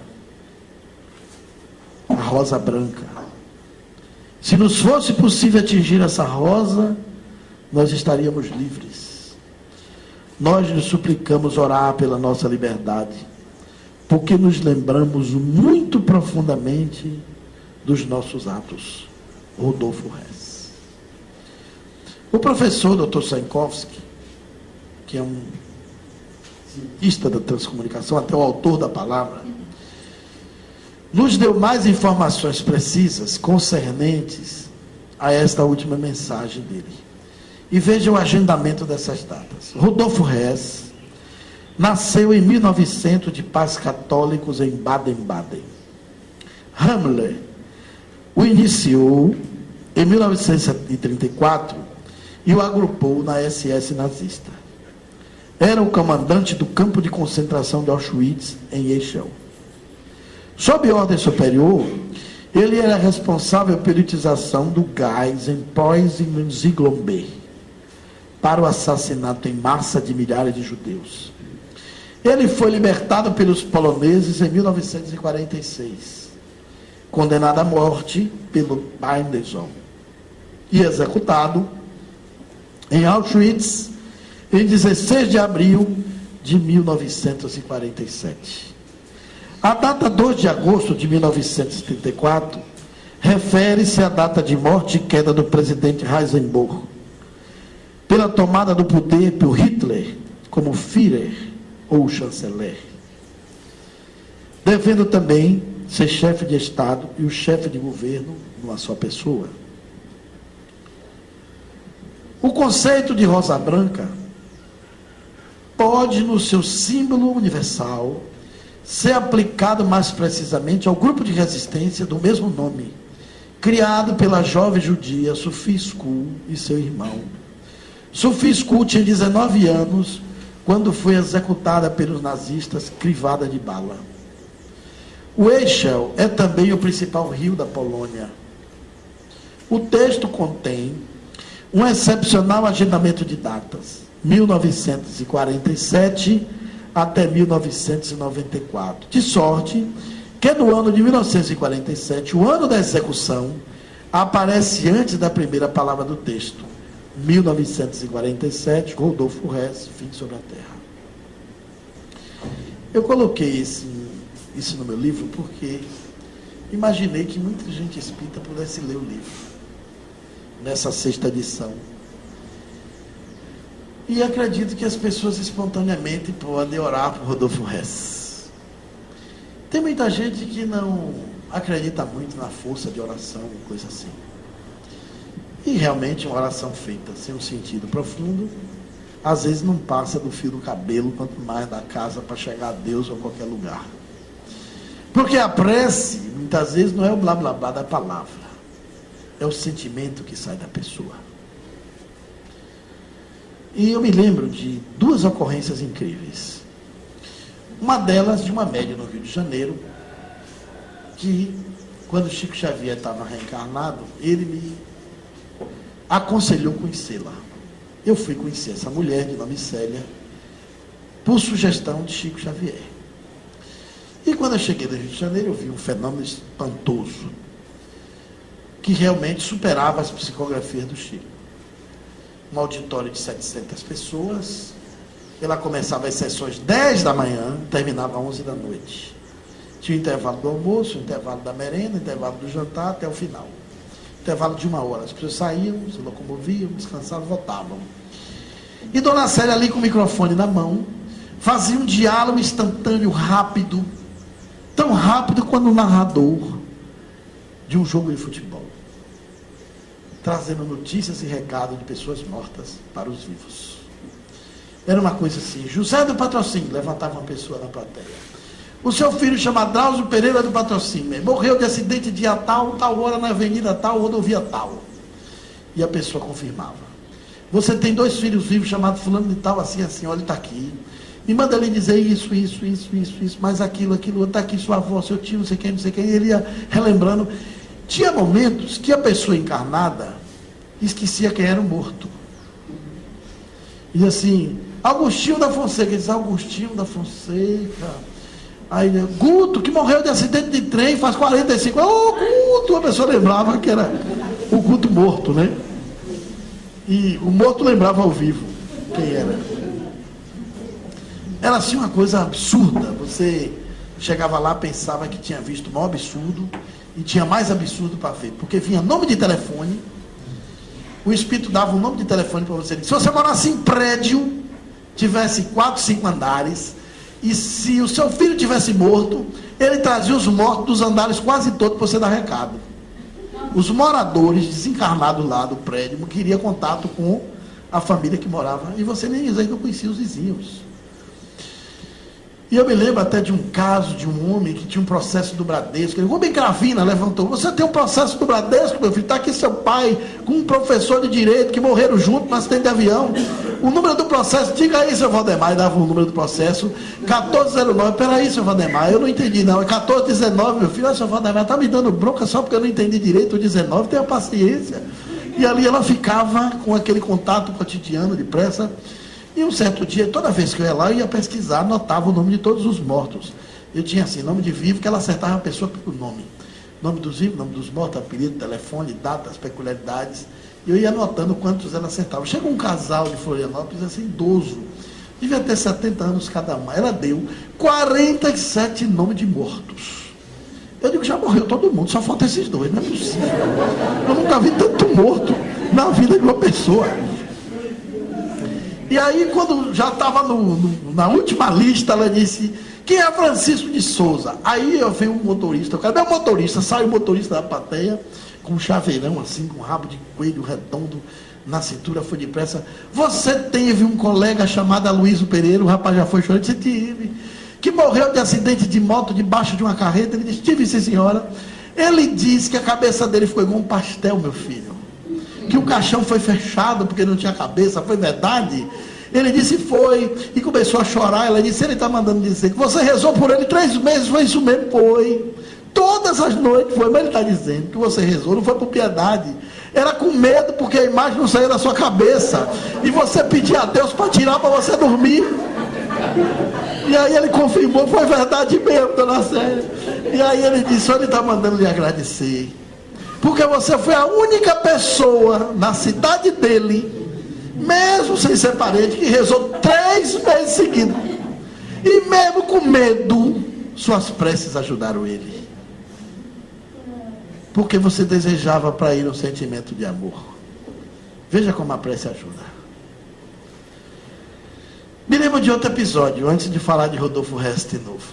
Speaker 2: a rosa branca. Se nos fosse possível atingir essa rosa, nós estaríamos livres. Nós nos suplicamos orar pela nossa liberdade, porque nos lembramos muito profundamente dos nossos atos. Rodolfo Hess. O professor Dr. Sainkovsky, que é um cientista da transcomunicação, até o autor da palavra, nos deu mais informações precisas concernentes a esta última mensagem dele. E veja o agendamento dessas datas. Rodolfo Hess nasceu em 1900 de pais católicos em Baden-Baden. Himmler o iniciou em 1934 e o agrupou na SS nazista. Era o comandante do campo de concentração de Auschwitz, em Echel. Sob ordem superior, ele era responsável pela utilização do gás em Preußen-Ziegelombe para o assassinato em massa de milhares de judeus. Ele foi libertado pelos poloneses em 1946, condenado à morte pelo Bindesson e executado em Auschwitz em 16 de abril de 1947. A data 2 de agosto de 1934 refere-se à data de morte e queda do presidente Heisenberg, pela tomada do poder por Hitler como Führer ou chanceler, devendo também ser chefe de Estado e o chefe de governo numa só pessoa. O conceito de rosa branca pode, no seu símbolo universal, ser aplicado mais precisamente ao grupo de resistência do mesmo nome, criado pela jovem judia Sophie Scholl e seu irmão. Sophie Scholl tinha 19 anos quando foi executada pelos nazistas, crivada de bala. O Echel é também o principal rio da Polônia. O texto contém um excepcional agendamento de datas, 1947 até 1994. De sorte que no ano de 1947, o ano da execução, aparece antes da primeira palavra do texto. 1947, Rodolfo Hess, Fim sobre a Terra. Eu coloquei isso no meu livro porque imaginei que muita gente espírita pudesse ler o livro nessa 6ª edição. E acredito que as pessoas espontaneamente podem orar por Rodolfo Hess. Tem muita gente que não acredita muito na força de oração, coisa assim. E realmente uma oração feita sem um sentido profundo, às vezes não passa do fio do cabelo, quanto mais da casa para chegar a Deus ou a qualquer lugar. Porque a prece, muitas vezes, não é o blá blá blá da palavra, é o sentimento que sai da pessoa. E eu me lembro de 2 ocorrências incríveis. Uma delas de uma médium no Rio de Janeiro, que, quando Chico Xavier estava reencarnado, ele me aconselhou conhecê-la. Eu fui conhecer essa mulher, de nome Célia, por sugestão de Chico Xavier. E quando eu cheguei no Rio de Janeiro, eu vi um fenômeno espantoso, que realmente superava as psicografias do Chico. Um auditório de 700 pessoas, ela começava as sessões 10 da manhã, terminava 11 da noite. Tinha o intervalo do almoço, o intervalo da merenda, o intervalo do jantar, até o final. Intervalo de 1 hora. As pessoas saíam, se locomoviam, descansavam, voltavam. E Dona Célia ali com o microfone na mão, fazia um diálogo instantâneo, rápido, tão rápido quanto o narrador, de um jogo de futebol, trazendo notícias e recados de pessoas mortas para os vivos. Era uma coisa assim: José do Patrocínio, levantava uma pessoa na plateia. O seu filho chamado Drauzio Pereira do Patrocínio morreu de acidente dia tal, tal hora na avenida tal, rodovia tal. E a pessoa confirmava. Você tem 2 filhos vivos chamados fulano de tal, assim, assim, olha, ele está aqui. E manda ele dizer isso, mas aquilo, está aqui sua avó, seu tio, não sei quem, e ele ia relembrando. Tinha momentos que a pessoa encarnada esquecia quem era o morto. E assim, Agostinho da Fonseca, diz Agostinho da Fonseca. Aí, Guto, que morreu de acidente de trem, faz 45 anos. Ô, Guto! A pessoa lembrava que era o Guto morto, né? E o morto lembrava ao vivo quem era. Era assim uma coisa absurda. Você chegava lá, pensava que tinha visto o maior absurdo, e tinha mais absurdo para ver. Porque vinha nome de telefone, o espírito dava um nome de telefone para você. Se você morasse em prédio, tivesse 4, 5 andares, e se o seu filho tivesse morto, ele trazia os mortos dos andares quase todos para você dar recado. Os moradores desencarnados lá do prédio queriam contato com a família que morava, e você nem ainda conhecia os vizinhos. E eu me lembro até de um caso de um homem que tinha um processo do Bradesco. O homem Gravina levantou: você tem um processo do Bradesco, meu filho? Está aqui seu pai com um professor de direito que morreram junto no acidente de avião. O número do processo, diga aí, seu Valdemar. E dava o número do processo: 1409. Peraí, seu Valdemar, eu não entendi não. É 1419, meu filho. Seu Valdemar está me dando bronca só porque eu não entendi direito o 19. Tenha paciência. E ali ela ficava com aquele contato cotidiano, depressa. E um certo dia, toda vez que eu ia lá, eu ia pesquisar, anotava o nome de todos os mortos. Eu tinha assim, nome de vivo, que ela acertava a pessoa pelo nome. Nome dos vivos, nome dos mortos, apelido, telefone, datas, peculiaridades. E eu ia anotando quantos ela acertava. Chegou um casal de Florianópolis, assim, idoso. Devia ter 70 anos cada um. Ela deu 47 nomes de mortos. Eu digo, já morreu todo mundo, só falta esses 2, não é possível. Eu nunca vi tanto morto na vida de uma pessoa. E aí, quando já estava na última lista, ela disse: quem é Francisco de Souza? Aí eu vi um motorista, cadê o motorista? Sai o motorista da plateia, com um chaveirão assim, com um rabo de coelho redondo na cintura, foi depressa. Você teve um colega chamado Aloysio Pereira, o rapaz já foi chorando, disse: tive, que morreu de acidente de moto debaixo de uma carreta. Ele disse: tive, sim, senhora. Ele disse que a cabeça dele ficou igual um pastel, meu filho. Que o caixão foi fechado porque não tinha cabeça. Foi verdade? Ele disse: foi. E começou a chorar. Ela disse: ele está mandando dizer que você rezou por ele 3 meses. Foi isso mesmo? Foi. Todas as noites foi. Mas ele está dizendo que você rezou, não foi por piedade. Era com medo, porque a imagem não saía da sua cabeça. E você pedia a Deus para tirar, para você dormir. E aí ele confirmou: foi verdade mesmo, dona Célia. E aí ele disse: ele está mandando lhe agradecer, porque você foi a única pessoa na cidade dele, mesmo sem ser parente, que rezou 3 meses seguidos. E mesmo com medo, suas preces ajudaram ele. Porque você desejava para ele um sentimento de amor. Veja como a prece ajuda. Me lembro de outro episódio, antes de falar de Rodolfo Resta de novo.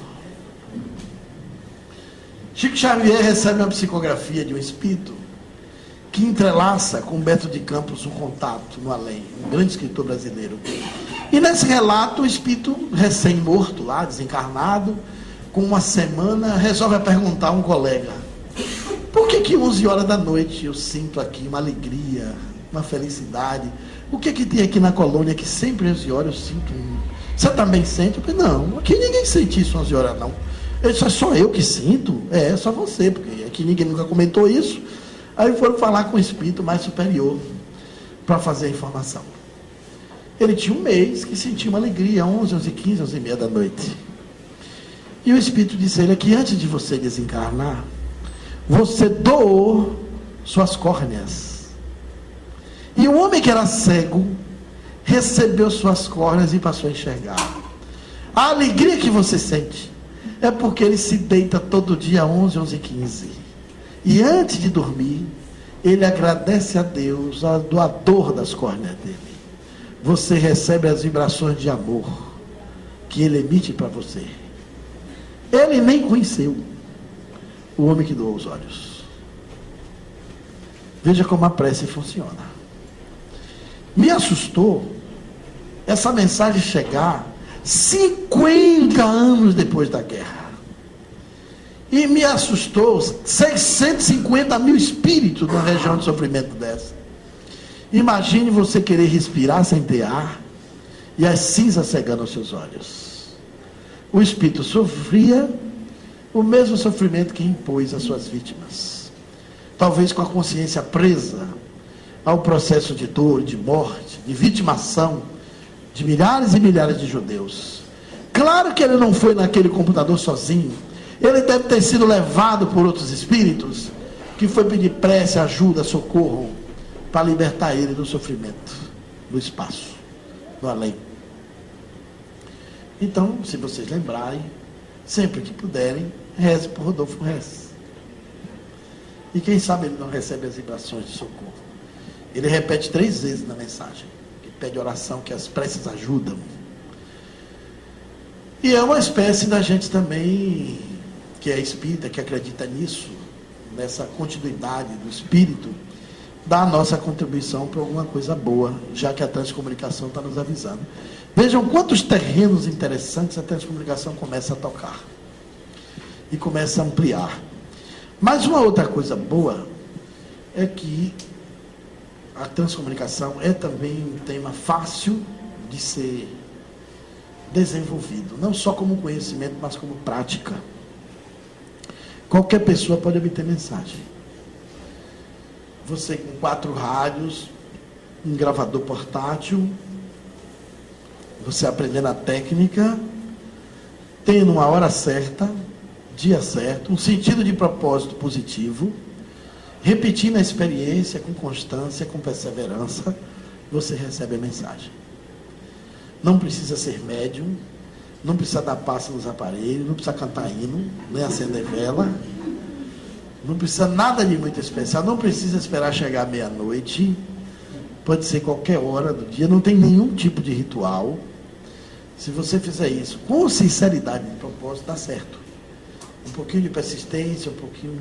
Speaker 2: Chico Xavier recebe uma psicografia de um espírito que entrelaça com Beto de Campos um contato no além, um grande escritor brasileiro. E nesse relato, o espírito recém-morto lá, desencarnado, com 1 semana, resolve perguntar a um colega: por que 11 horas da noite eu sinto aqui uma alegria, uma felicidade? O que tem aqui na colônia que sempre 11 horas eu sinto? Você também sente? Eu falei: não, aqui ninguém sente isso 11 horas não. Ele disse: é só eu que sinto? É só você, porque aqui ninguém nunca comentou isso. Aí foram falar com o espírito mais superior para fazer a informação. Ele tinha 1 mês que sentia uma alegria, 11, 11h15, 11h30 da noite. E o espírito disse a ele que antes de você desencarnar, você doou suas córneas. E o homem que era cego recebeu suas córneas e passou a enxergar. A alegria que você sente é porque ele se deita todo dia 11, 11h15. E antes de dormir, ele agradece a Deus, ao doador das córneas dele. Você recebe as vibrações de amor que ele emite para você. Ele nem conheceu o homem que doou os olhos. Veja como a prece funciona. Me assustou essa mensagem chegar 50 anos depois da guerra. E me assustou 650 mil espíritos numa região de sofrimento dessa. Imagine você querer respirar sem ter ar e as cinzas cegando os seus olhos. O espírito sofria o mesmo sofrimento que impôs às suas vítimas. Talvez com a consciência presa ao processo de dor, de morte, de vitimação de milhares e milhares de judeus. Claro que ele não foi naquele computador sozinho. Ele deve ter sido levado por outros espíritos que foi pedir prece, ajuda, socorro para libertar ele do sofrimento, do espaço, do além. Então, se vocês lembrarem, sempre que puderem, reze por Rodolfo Hess. E quem sabe ele não recebe as vibrações de socorro. Ele repete 3 vezes na mensagem. Ele pede oração, que as preces ajudam. E é uma espécie da gente também, que é espírita, que acredita nisso, nessa continuidade do espírito, dar a nossa contribuição para alguma coisa boa, já que a transcomunicação está nos avisando. Vejam quantos terrenos interessantes a transcomunicação começa a tocar. E começa a ampliar. Mas uma outra coisa boa é que a transcomunicação é também um tema fácil de ser desenvolvido. Não só como conhecimento, mas como prática. Qualquer pessoa pode obter mensagem. Você com 4 rádios, um gravador portátil, você aprendendo a técnica, tendo uma hora certa, dia certo, um sentido de propósito positivo, repetindo a experiência com constância, com perseverança, você recebe a mensagem. Não precisa ser médium, não precisa dar passo nos aparelhos, não precisa cantar hino, nem acender vela, não precisa nada de muito especial, não precisa esperar chegar meia-noite, pode ser qualquer hora do dia, não tem nenhum tipo de ritual. Se você fizer isso com sinceridade de propósito, dá certo. Um pouquinho de persistência, um pouquinho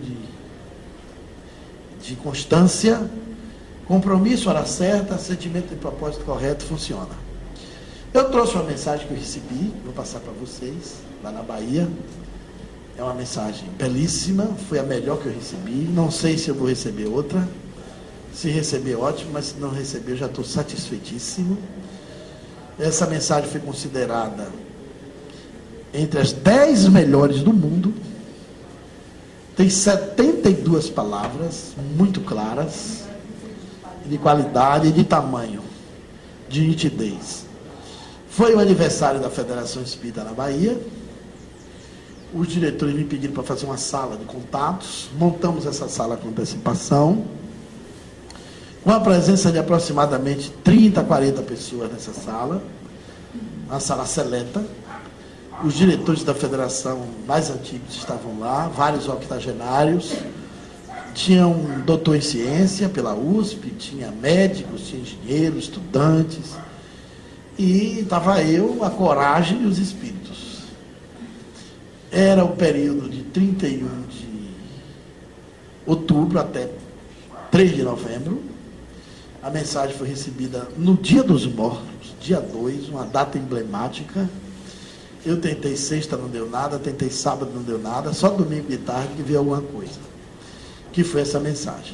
Speaker 2: de constância, compromisso, hora certa, sentimento de propósito correto, funciona. Eu trouxe uma mensagem que eu recebi, vou passar para vocês, lá na Bahia. É uma mensagem belíssima, foi a melhor que eu recebi. Não sei se eu vou receber outra. Se receber, ótimo, mas se não receber, eu já estou satisfeitíssimo. Essa mensagem foi considerada entre as 10 melhores do mundo. Tem 72 palavras, muito claras, de qualidade e de tamanho, de nitidez. Foi o aniversário da Federação Espírita na Bahia. Os diretores me pediram para fazer uma sala de contatos. Montamos essa sala com antecipação, com a presença de aproximadamente 30, 40 pessoas nessa sala, uma sala seleta. Os diretores da federação mais antigos estavam lá, vários octogenários, tinha um doutor em ciência pela USP, tinha médicos, tinha engenheiros, estudantes, e estava eu, a coragem e os espíritos. Era o período de 31 de outubro até 3 de novembro. A mensagem foi recebida no Dia dos Mortos, dia 2, uma data emblemática. Eu tentei sexta, não deu nada, tentei sábado, não deu nada, só domingo de tarde que veio alguma coisa, que foi essa mensagem.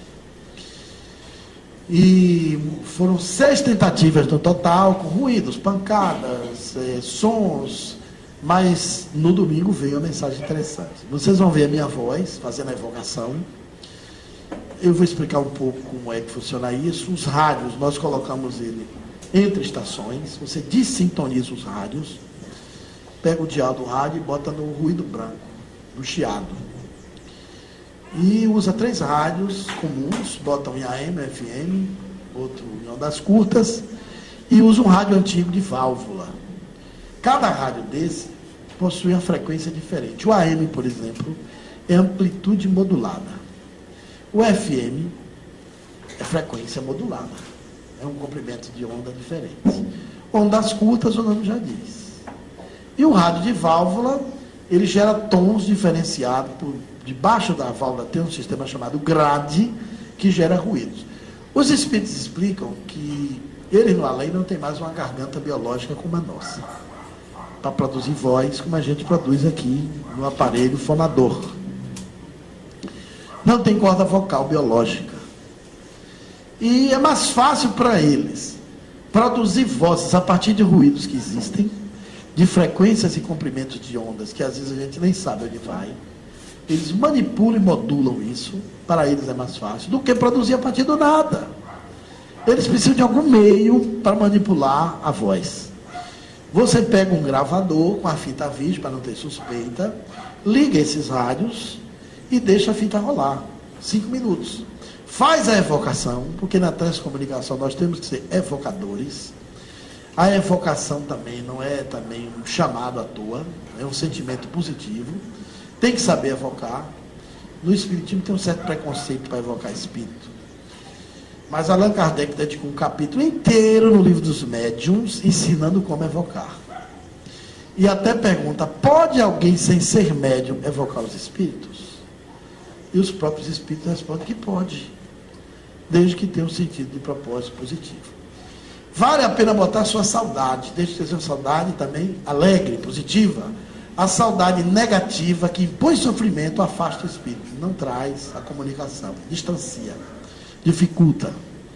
Speaker 2: E foram 6 tentativas no total, com ruídos, pancadas, sons, mas no domingo veio a mensagem interessante. Vocês vão ver a minha voz fazendo a evocação. Eu vou explicar um pouco como é que funciona isso. Os rádios, nós colocamos ele entre estações, você dessintoniza os rádios, pega o dial do rádio e bota no ruído branco, no chiado. E usa 3 rádios comuns, bota um em AM, FM, outro em ondas curtas, e usa um rádio antigo de válvula. Cada rádio desse possui uma frequência diferente. O AM, por exemplo, é amplitude modulada. O FM é frequência modulada. É um comprimento de onda diferente. Ondas curtas, o nome já diz. E o rádio de válvula, ele gera tons diferenciados. Por debaixo da válvula tem um sistema chamado grade, que gera ruídos. Os espíritos explicam que eles no além não tem mais uma garganta biológica como a nossa, para produzir voz como a gente produz aqui no aparelho fonador. Não tem corda vocal biológica. E é mais fácil para eles produzir vozes a partir de ruídos que existem, de frequências e comprimentos de ondas, que às vezes a gente nem sabe onde vai. Eles manipulam e modulam isso, para eles é mais fácil, do que produzir a partir do nada. Eles precisam de algum meio para manipular a voz. Você pega um gravador com a fita virgem, para não ter suspeita, liga esses rádios e deixa a fita rolar, 5 minutos. Faz a evocação, porque na transcomunicação nós temos que ser evocadores. A evocação também não é também um chamado à toa, é um sentimento positivo. Tem que saber evocar. No Espiritismo tem um certo preconceito para evocar espírito. Mas Allan Kardec dedicou um capítulo inteiro no Livro dos Médiuns, ensinando como evocar. E até pergunta, pode alguém sem ser médium evocar os espíritos? E os próprios espíritos respondem que pode, desde que tenha um sentido de propósito positivo. Vale a pena botar sua saudade, desde que seja uma saudade também alegre, positiva. A saudade negativa que impõe sofrimento afasta o espírito, não traz a comunicação, distancia, dificulta.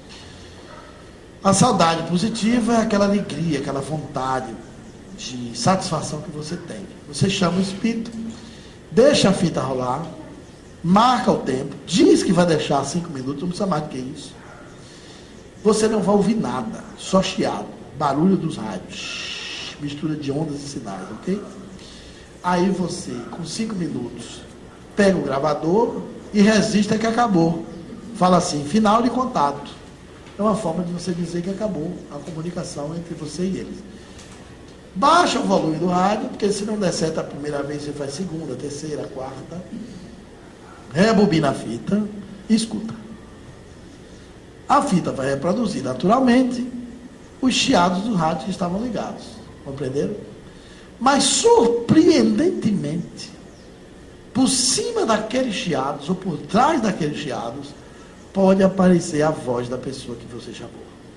Speaker 2: A saudade positiva é aquela alegria, aquela vontade de satisfação que você tem. Você chama o espírito, deixa a fita rolar, marca o tempo, diz que vai deixar 5 minutos, não precisa mais do que isso. Você não vai ouvir nada, só chiado, barulho dos rádios, mistura de ondas e sinais, ok? Aí você, com 5 minutos, pega o gravador e registra que acabou. Fala assim, final de contato. É uma forma de você dizer que acabou a comunicação entre você e eles. Baixa o volume do rádio, porque se não der certo a primeira vez, você faz segunda, terceira, quarta. Rebobina a fita e escuta. A fita vai reproduzir naturalmente os chiados do rádio que estavam ligados. Compreenderam? Mas, surpreendentemente, por cima daqueles chiados, ou por trás daqueles chiados, pode aparecer a voz da pessoa que você chamou.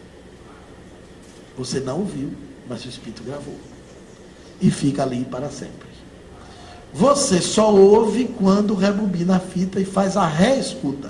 Speaker 2: Você não ouviu, mas o Espírito gravou. E fica ali para sempre. Você só ouve quando rebobina a fita e faz a reescuta.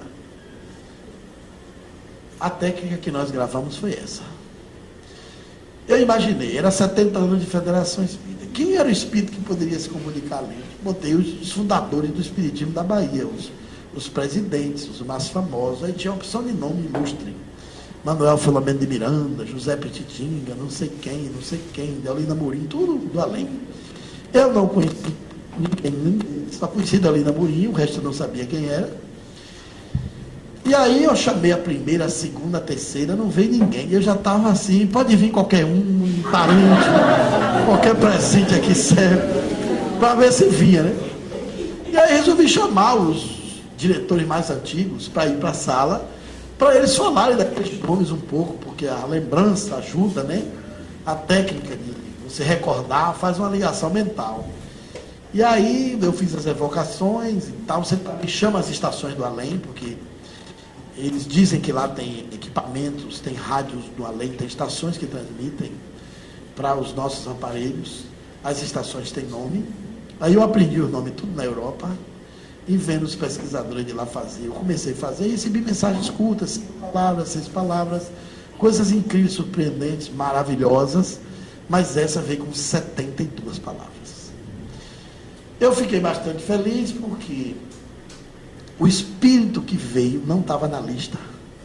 Speaker 2: A técnica que nós gravamos foi essa. Eu imaginei, era 70 anos de Federação Espírita. Quem era o espírito que poderia se comunicar ali? Botei os fundadores do Espiritismo da Bahia, os presidentes, os mais famosos. Aí tinha a opção de nome ilustre. Manuel Filomeno de Miranda, José Petitinga, não sei quem, Deolina Morim, tudo do além. Eu não conheci ninguém, só conheci Deolina Morim, o resto eu não sabia quem era. E aí eu chamei a primeira, a segunda, a terceira, não veio ninguém. Eu já estava assim, pode vir qualquer um parente, qualquer presente aqui serve, para ver se vinha, né? E aí resolvi chamar os diretores mais antigos para ir para a sala, para eles falarem daqueles nomes um pouco, porque a lembrança ajuda, né? A técnica de você recordar faz uma ligação mental. E aí eu fiz as evocações e tal, você me chama as estações do além, porque eles dizem que lá tem equipamentos, tem rádios do além, tem estações que transmitem para os nossos aparelhos. As estações têm nome. Aí eu aprendi os nomes tudo na Europa, e vendo os pesquisadores de lá fazer, eu comecei a fazer e recebi mensagens curtas, 5 palavras, 6 palavras, coisas incríveis, surpreendentes, maravilhosas, mas essa veio com 72 palavras. Eu fiquei bastante feliz porque o espírito que veio não estava na lista,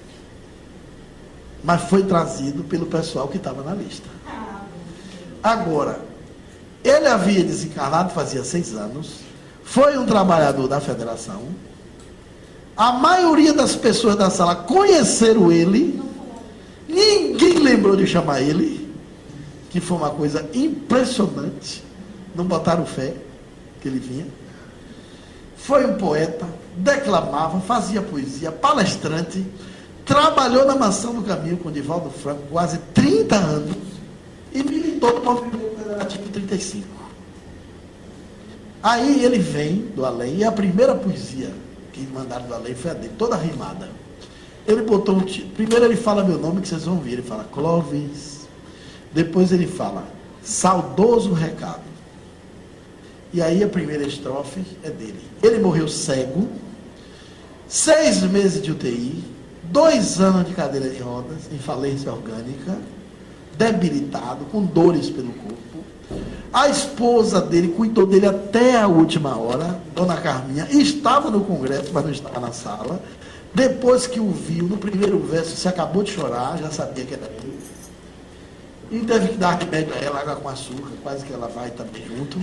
Speaker 2: mas foi trazido pelo pessoal que estava na lista. Agora, ele havia desencarnado fazia 6 anos, foi um trabalhador da federação, a maioria das pessoas da sala conheceram ele, ninguém lembrou de chamar ele, que foi uma coisa impressionante, não botaram fé que ele vinha. Foi um poeta, declamava, fazia poesia, palestrante, trabalhou na Mansão do Caminho com Divaldo Franco quase 30 anos e militou no movimento federativo 35. Aí ele vem do além, e a primeira poesia que mandaram do além foi a dele, toda rimada. Ele botou um título. Primeiro ele fala meu nome, que vocês vão ver. Ele fala Clóvis. Depois ele fala saudoso recado. E aí a primeira estrofe é dele. Ele morreu cego, 6 meses de UTI, 2 anos de cadeira de rodas, em falência orgânica, debilitado, com dores pelo corpo. A esposa dele cuidou dele até a última hora, Dona Carminha, estava no congresso, mas não estava na sala. Depois que o viu, no primeiro verso, se acabou de chorar, já sabia que era ele. E teve que dar remédio a ela, água com açúcar, quase que ela vai também junto.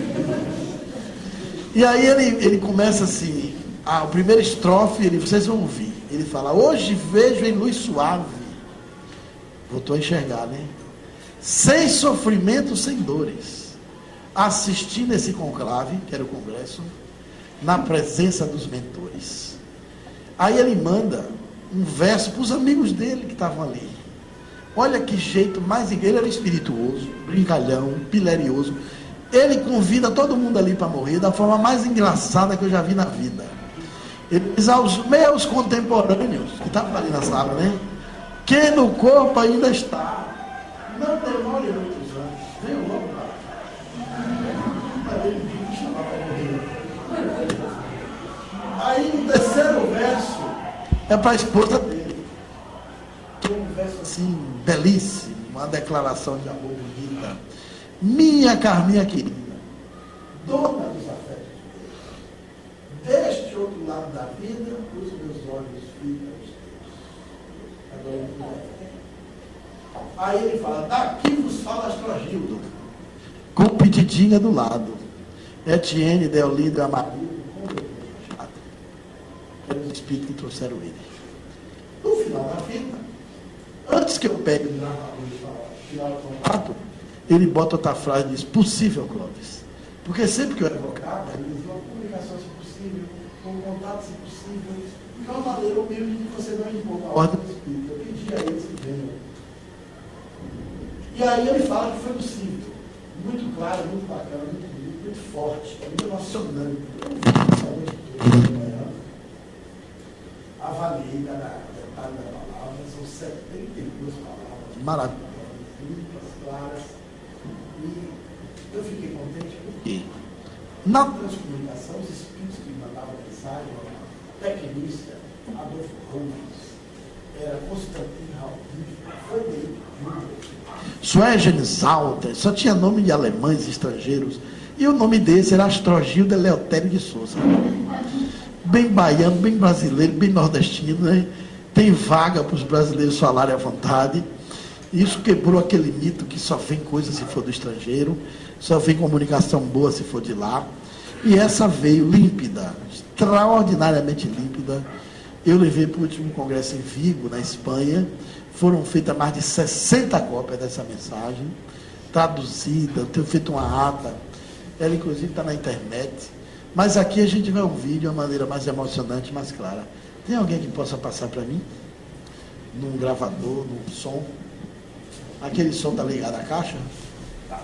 Speaker 2: E aí ele começa assim, o primeiro estrofe, vocês vão ouvir. Ele fala, hoje vejo em luz suave. Voltou a enxergar, né? Sem sofrimento, sem dores. Assistindo esse conclave, que era o congresso, na presença dos mentores. Aí ele manda um verso para os amigos dele que estavam ali. Olha que jeito mais... Ele era espirituoso, brincalhão, pilerioso. Ele convida todo mundo ali para morrer da forma mais engraçada que eu já vi na vida. Ele diz aos meus contemporâneos, que estavam ali na sala, né? Que no corpo ainda está. Não demore muitos anos. Venham logo lá. Aí no terceiro verso é para a esposa dele. Que é um verso assim, belíssimo, uma declaração de amor bonita. Minha Carminha querida, dona dos afetos, deste outro lado da vida, os meus olhos ficam os teus. Agora aí ele fala, daqui vos fala Astrogildo, com Pitidinha do lado, Etienne, Deolido, Amarildo, eram os espíritos que trouxeram ele. No final da fita, antes que eu pegue o gravador e tirar o contato, ele bota outra frase e diz, possível, Clóvis. Porque sempre que eu evocava, ele dizia, uma comunicação se possível, um contato se possível, de uma maneira humilde de você não impor a ordem do espírito. Eu pedi a eles que venham. E aí ele fala que foi possível. Muito claro, muito bacana, muito bonito, muito forte, muito emocionante. Avaliei cada detalhe da palavra, são 72 palavras maravilhosas, limpas, claras. E eu fiquei contente porque na transcomunicação, os espíritos que mandavam mensagem, tecnista, Adolfo Ramos, era Constantino Raul, foi dele, Suégenes Alter, só tinha nome de alemães estrangeiros, e o nome desse era Astrogildo Eleutério de Souza. Bem baiano, bem brasileiro, bem nordestino, né? Tem vaga para os brasileiros falarem à vontade. Isso quebrou aquele mito que só vem coisa se for do estrangeiro, só vem comunicação boa se for de lá. E essa veio límpida, extraordinariamente límpida. Eu levei para o último congresso em Vigo, na Espanha. Foram feitas mais de 60 cópias dessa mensagem, traduzida, eu tenho feito uma ata. Ela, inclusive, está na internet. Mas aqui a gente vai ouvir de uma maneira mais emocionante, mais clara. Tem alguém que possa passar para mim? Num gravador, num som? Aquele som está ligado à caixa? Tá.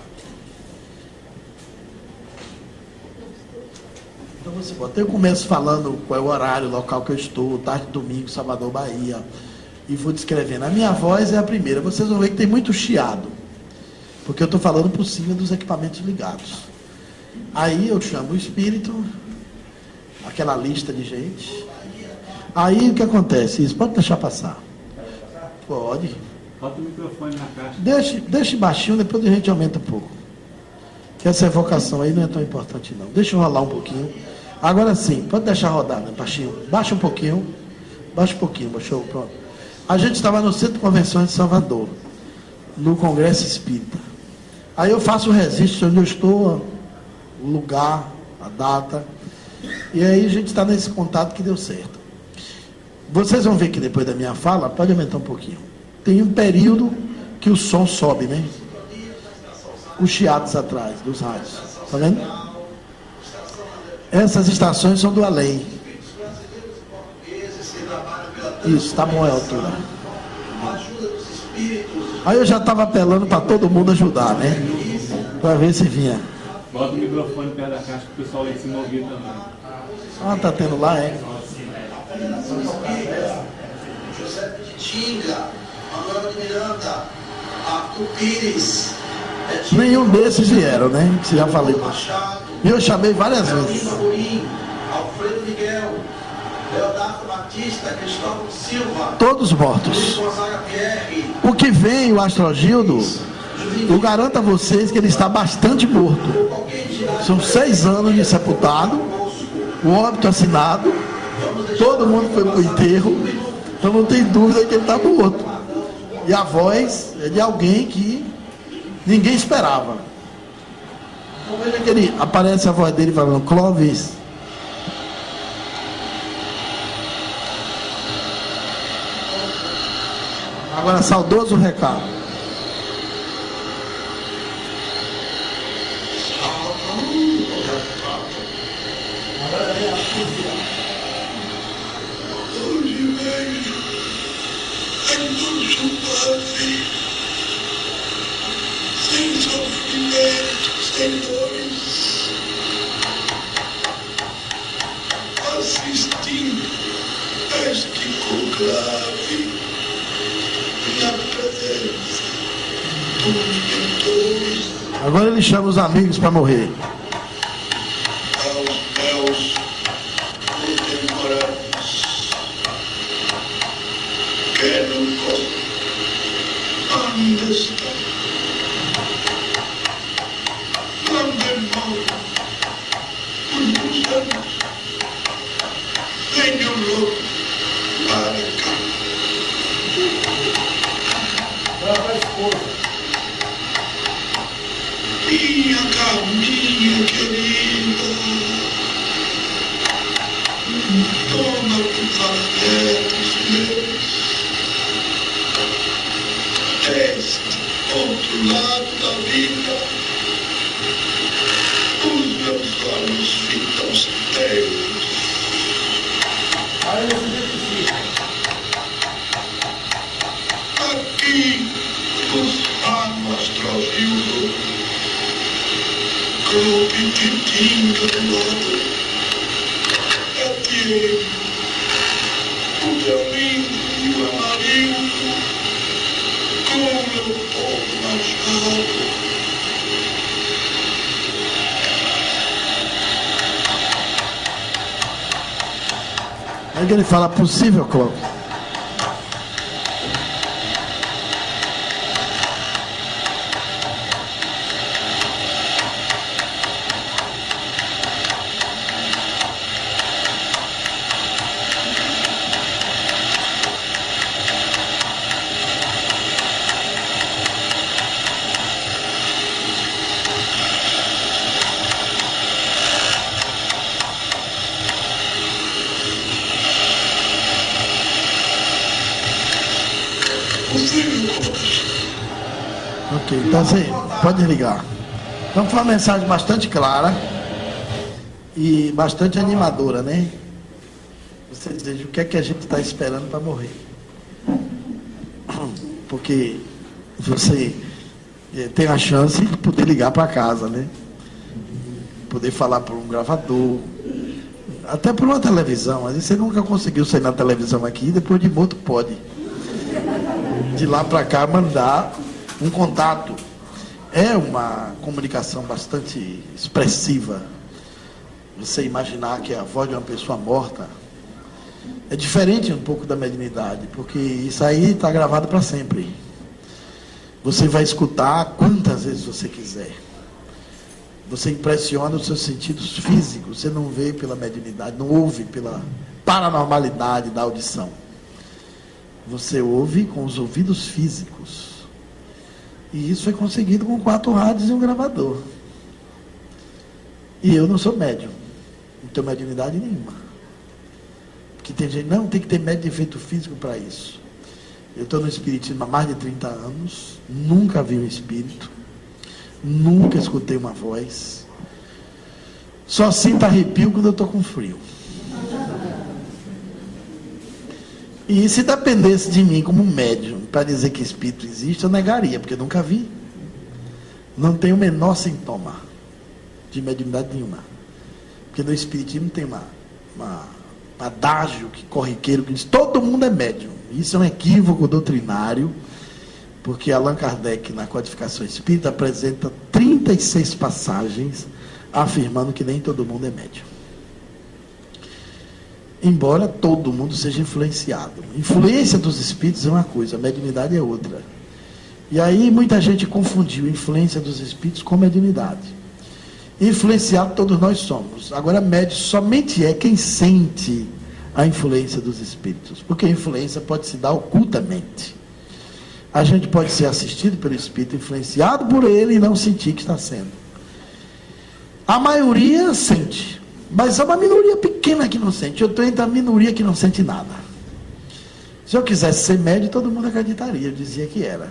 Speaker 2: Então você bota. Eu começo falando qual é o horário, o local que eu estou, tarde de domingo, Salvador, Bahia. E vou descrevendo. A minha voz é a primeira. Vocês vão ver que tem muito chiado. Porque eu estou falando por cima dos equipamentos ligados. Aí eu chamo o espírito, aquela lista de gente. Aí o que acontece? Isso pode deixar passar? Pode.
Speaker 4: Bota o microfone na caixa.
Speaker 2: Deixe baixinho, depois a gente aumenta um pouco. Que essa evocação aí não é tão importante não. Deixa eu rolar um pouquinho. Agora sim, pode deixar rodar, né, baixinho? Baixa um pouquinho. Baixa um pouquinho, baixou, pronto. A gente estava no Centro de Convenções de Salvador, no Congresso Espírita. Aí eu faço o registro onde eu estou, o lugar, a data. E aí a gente está nesse contato que deu certo. Vocês vão ver que depois da minha fala, pode aumentar um pouquinho. Tem um período que o som sobe, né? Os chiados atrás dos rádios. Está vendo? Essas estações são do além. Isso, está bom a altura. Aí eu já estava apelando para todo mundo ajudar, né? Para ver se vinha.
Speaker 4: Bota o microfone perto da caixa para o pessoal lá em cima ouvir também.
Speaker 2: Ah, tá tendo lá, é? José Pitinga, Manuel de Miranda, Arthur Pires. Nenhum desses vieram, né? Que já falei. E eu chamei várias vezes. Alfredo Miguel, Leonardo Batista, Cristóvão Silva. Todos mortos. O que vem, o Astrogildo, eu garanto a vocês que ele está bastante morto. São 6 anos de sepultado, o óbito assinado, todo mundo foi para o enterro, então não tem dúvida que ele está morto. E a voz é de alguém que ninguém esperava. Então veja que ele aparece a voz dele falando: Clóvis. Agora, saudoso recado.
Speaker 5: Sem sofrimento, sem dores, assistindo este conclave na presença dos mentores.
Speaker 2: Agora ele chama os amigos para morrer.
Speaker 5: Aos meus contemporâneos, quero onde está? Não demore por muitos anos. Venham logo para cá. Minha Carminha querida, toma os afetos meus. Este outro lado da vida, os meus olhos fitam teus. Aqui nos no Astrogildo, com o Pitinga do lado, aqui ele, o Delmino e o Amarildo, com o Leopoldo Machado.
Speaker 2: Aí que ele fala: possível, Clóvis? Ok, então você pode ligar. Então foi uma mensagem bastante clara e bastante animadora, né? Você dizer o que é que a gente está esperando para morrer. Porque você tem a chance de poder ligar para casa, né? Poder falar por um gravador, até por uma televisão. Às vezes você nunca conseguiu sair na televisão aqui, depois de morto pode. De lá para cá mandar um contato. É uma comunicação bastante expressiva. Você imaginar que a voz de uma pessoa morta é diferente um pouco da mediunidade, porque isso aí está gravado para sempre. Você vai escutar quantas vezes você quiser. Você impressiona os seus sentidos físicos, você não vê pela mediunidade, não ouve pela paranormalidade da audição. Você ouve com os ouvidos físicos. E isso foi conseguido com 4 rádios e um gravador. E eu não sou médium. Não tenho mediunidade nenhuma. Porque tem gente, não, tem que ter médium de efeito físico para isso. Eu estou no espiritismo há mais de 30 anos. Nunca vi um espírito. Nunca escutei uma voz. Só sinto arrepio quando eu estou com frio. E se dependesse de mim como médium para dizer que espírito existe, eu negaria, porque eu nunca vi. Não tem o menor sintoma de mediunidade nenhuma. Porque no espiritismo tem uma adágio que corriqueiro que diz: todo mundo é médium. Isso é um equívoco doutrinário, porque Allan Kardec, na Codificação Espírita, apresenta 36 passagens afirmando que nem todo mundo é médium. Embora todo mundo seja influenciado. Influência dos espíritos é uma coisa, a mediunidade é outra. E aí muita gente confundiu influência dos espíritos com mediunidade. Influenciado todos nós somos. Agora, médium somente é quem sente a influência dos espíritos, porque a influência pode se dar ocultamente. A gente pode ser assistido pelo espírito, influenciado por ele e não sentir que está sendo. A maioria sente, mas é uma minoria pequena que não sente. Eu estou entre a minoria que não sente nada. Se eu quisesse ser médium, todo mundo acreditaria, eu dizia que era.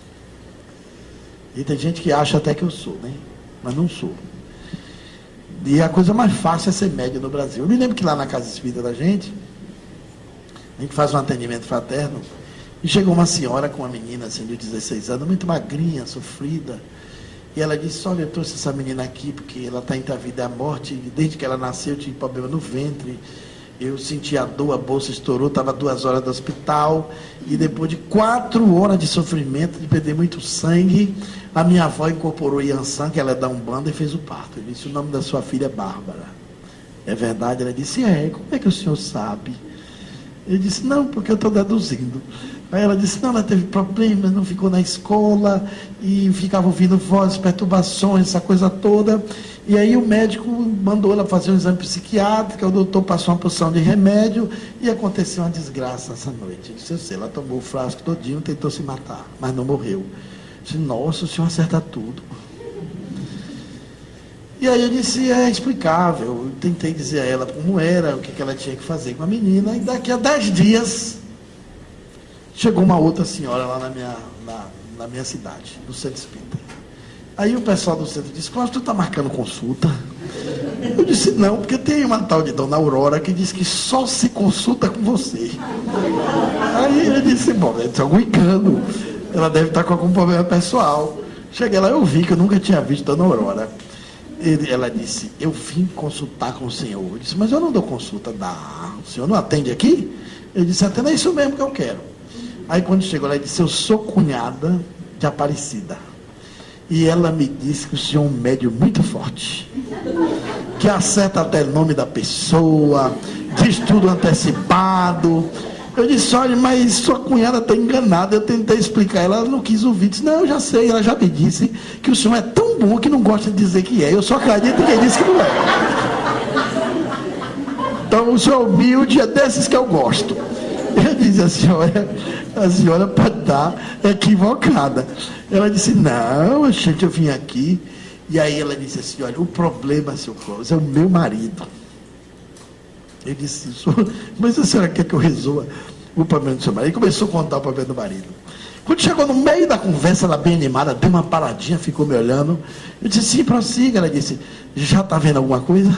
Speaker 2: E tem gente que acha até que eu sou, né? Mas não sou. E a coisa mais fácil é ser médium no Brasil. Eu me lembro que lá na casa espírita da gente, a gente faz um atendimento fraterno, e chegou uma senhora com uma menina assim, de 16 anos, muito magrinha, sofrida. E ela disse, olha, eu trouxe essa menina aqui porque ela está entre a vida e a morte. E desde que ela nasceu, eu tive problema no ventre. Eu senti a dor, a bolsa estourou, estava 2 horas no hospital. E depois de 4 horas de sofrimento, de perder muito sangue, a minha avó incorporou Yansan, que ela é da Umbanda, e fez o parto. Eu disse, o nome da sua filha é Bárbara. É verdade? Ela disse, como é que o senhor sabe? Eu disse, não, porque eu estou deduzindo. Aí ela disse, não, ela teve problemas, não ficou na escola, e ficava ouvindo vozes, perturbações, essa coisa toda. E aí o médico mandou ela fazer um exame psiquiátrico, o doutor passou uma porção de remédio, e aconteceu uma desgraça essa noite. Eu disse, eu sei, ela tomou o frasco todinho, tentou se matar, mas não morreu. Eu disse, nossa, o senhor acerta tudo. E aí eu disse, é explicável. Eu tentei dizer a ela como era, o que ela tinha que fazer com a menina, e daqui a 10 dias... chegou uma outra senhora lá na minha cidade, no centro espírita. Aí o pessoal do centro disse, Cláudio, tu está marcando consulta? Eu disse, não, porque tem uma tal de Dona Aurora que diz que só se consulta com você. Aí eu disse, bom, deve ter algum engano, ela deve estar com algum problema pessoal. Cheguei lá, eu vi que eu nunca tinha visto Dona Aurora. Ela disse, eu vim consultar com o senhor. Eu disse, mas eu não dou consulta. O senhor não atende aqui? Eu disse, atenda, é isso mesmo que eu quero. Aí quando chegou lá, ele disse, eu sou cunhada de Aparecida. E ela me disse que o senhor é um médium muito forte. Que acerta até o nome da pessoa, diz tudo antecipado. Eu disse, olha, mas sua cunhada está enganada. Eu tentei explicar, ela não quis ouvir. Disse, não, eu já sei, ela já me disse que o senhor é tão bom que não gosta de dizer que é. Eu só acredito que ele disse que não é. Então o senhor humilde é desses que eu gosto. Eu disse, a senhora pode estar equivocada. Ela disse, não, gente, eu vim aqui. E aí ela disse assim, olha, o problema, seu Cláudio, é o meu marido. Eu disse, mas a senhora quer que eu resolva o problema do seu marido? E começou a contar o problema do marido. Quando chegou no meio da conversa, ela bem animada, deu uma paradinha, ficou me olhando. Eu disse, sim, prossiga. Ela disse, já está vendo alguma coisa?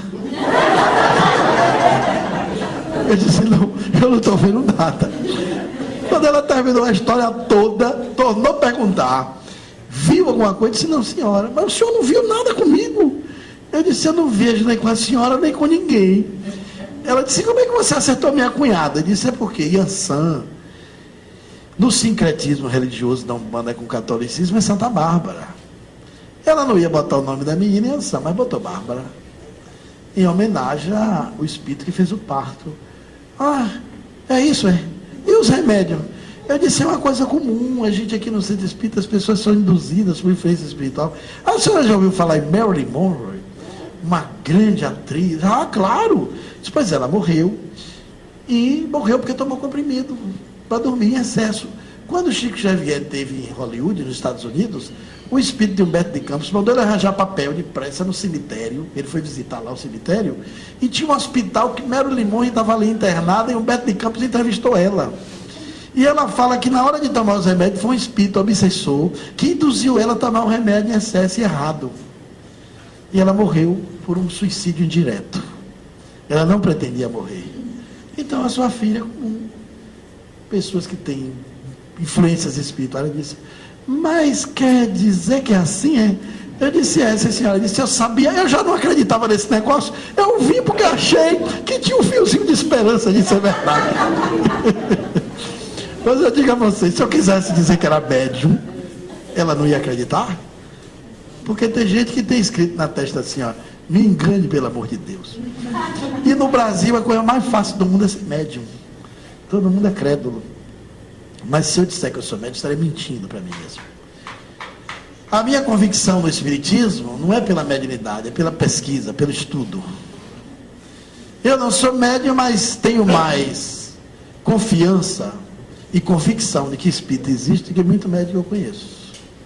Speaker 2: Eu disse, não, eu não estou vendo nada. Quando ela terminou a história toda, tornou a perguntar, viu alguma coisa? Eu disse, não, senhora, mas o senhor não viu nada comigo. Eu disse, eu não vejo nem com a senhora, nem com ninguém. Ela disse, como é que você acertou a minha cunhada? Eu disse, é porque Yansan, no sincretismo religioso da Umbanda com o catolicismo, é Santa Bárbara. Ela não ia botar o nome da menina em Yansan, mas botou Bárbara, em homenagem ao espírito que fez o parto. Ah, é isso, é. E os remédios? Eu disse, é uma coisa comum, a gente aqui no centro espírita, as pessoas são induzidas por influência espiritual. A senhora já ouviu falar em Marilyn Monroe? Uma grande atriz? Ah, claro. Depois ela morreu. E morreu porque tomou comprimido para dormir em excesso. Quando o Chico Xavier esteve em Hollywood, nos Estados Unidos, o espírito de Humberto de Campos mandou ele arranjar papel de pressa no cemitério. Ele foi visitar lá o cemitério e tinha um hospital que Marilyn Monroe estava ali internada e Humberto de Campos entrevistou ela. E ela fala que na hora de tomar os remédios foi um espírito obsessor que induziu ela a tomar um remédio em excesso e errado. E ela morreu por um suicídio indireto. Ela não pretendia morrer. Então a sua filha, com pessoas que têm influências espirituais, ela disse, mas quer dizer que é assim, é? Eu disse, essa senhora disse, eu sabia, eu já não acreditava nesse negócio, eu vi porque achei que tinha um fiozinho de esperança de ser verdade. Mas eu digo a vocês, se eu quisesse dizer que era médium, ela não ia acreditar? Porque tem gente que tem escrito na testa assim, ó, me engane pelo amor de Deus. E no Brasil a coisa mais fácil do mundo é ser médium. Todo mundo é crédulo. Mas se eu disser que eu sou médium, estarei mentindo para mim mesmo. A minha convicção no Espiritismo não é pela mediunidade, é pela pesquisa, pelo estudo. Eu não sou médium, mas tenho mais confiança e convicção de que espírito existe do que muito médium que eu conheço.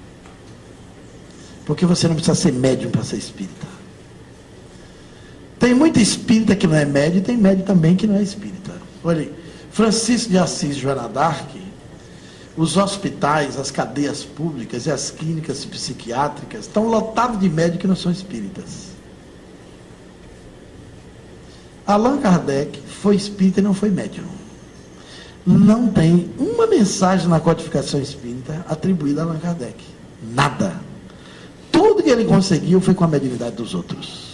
Speaker 2: Porque você não precisa ser médium para ser espírita. Tem muita espírita que não é médium, e tem médium também que não é espírita. Olha, Francisco de Assis, Joana d'Arc, os hospitais, as cadeias públicas e as clínicas psiquiátricas estão lotados de médicos que não são espíritas. Allan Kardec foi espírita e não foi médium. Não tem uma mensagem na codificação espírita atribuída a Allan Kardec. Nada. Tudo que ele conseguiu foi com a mediunidade dos outros.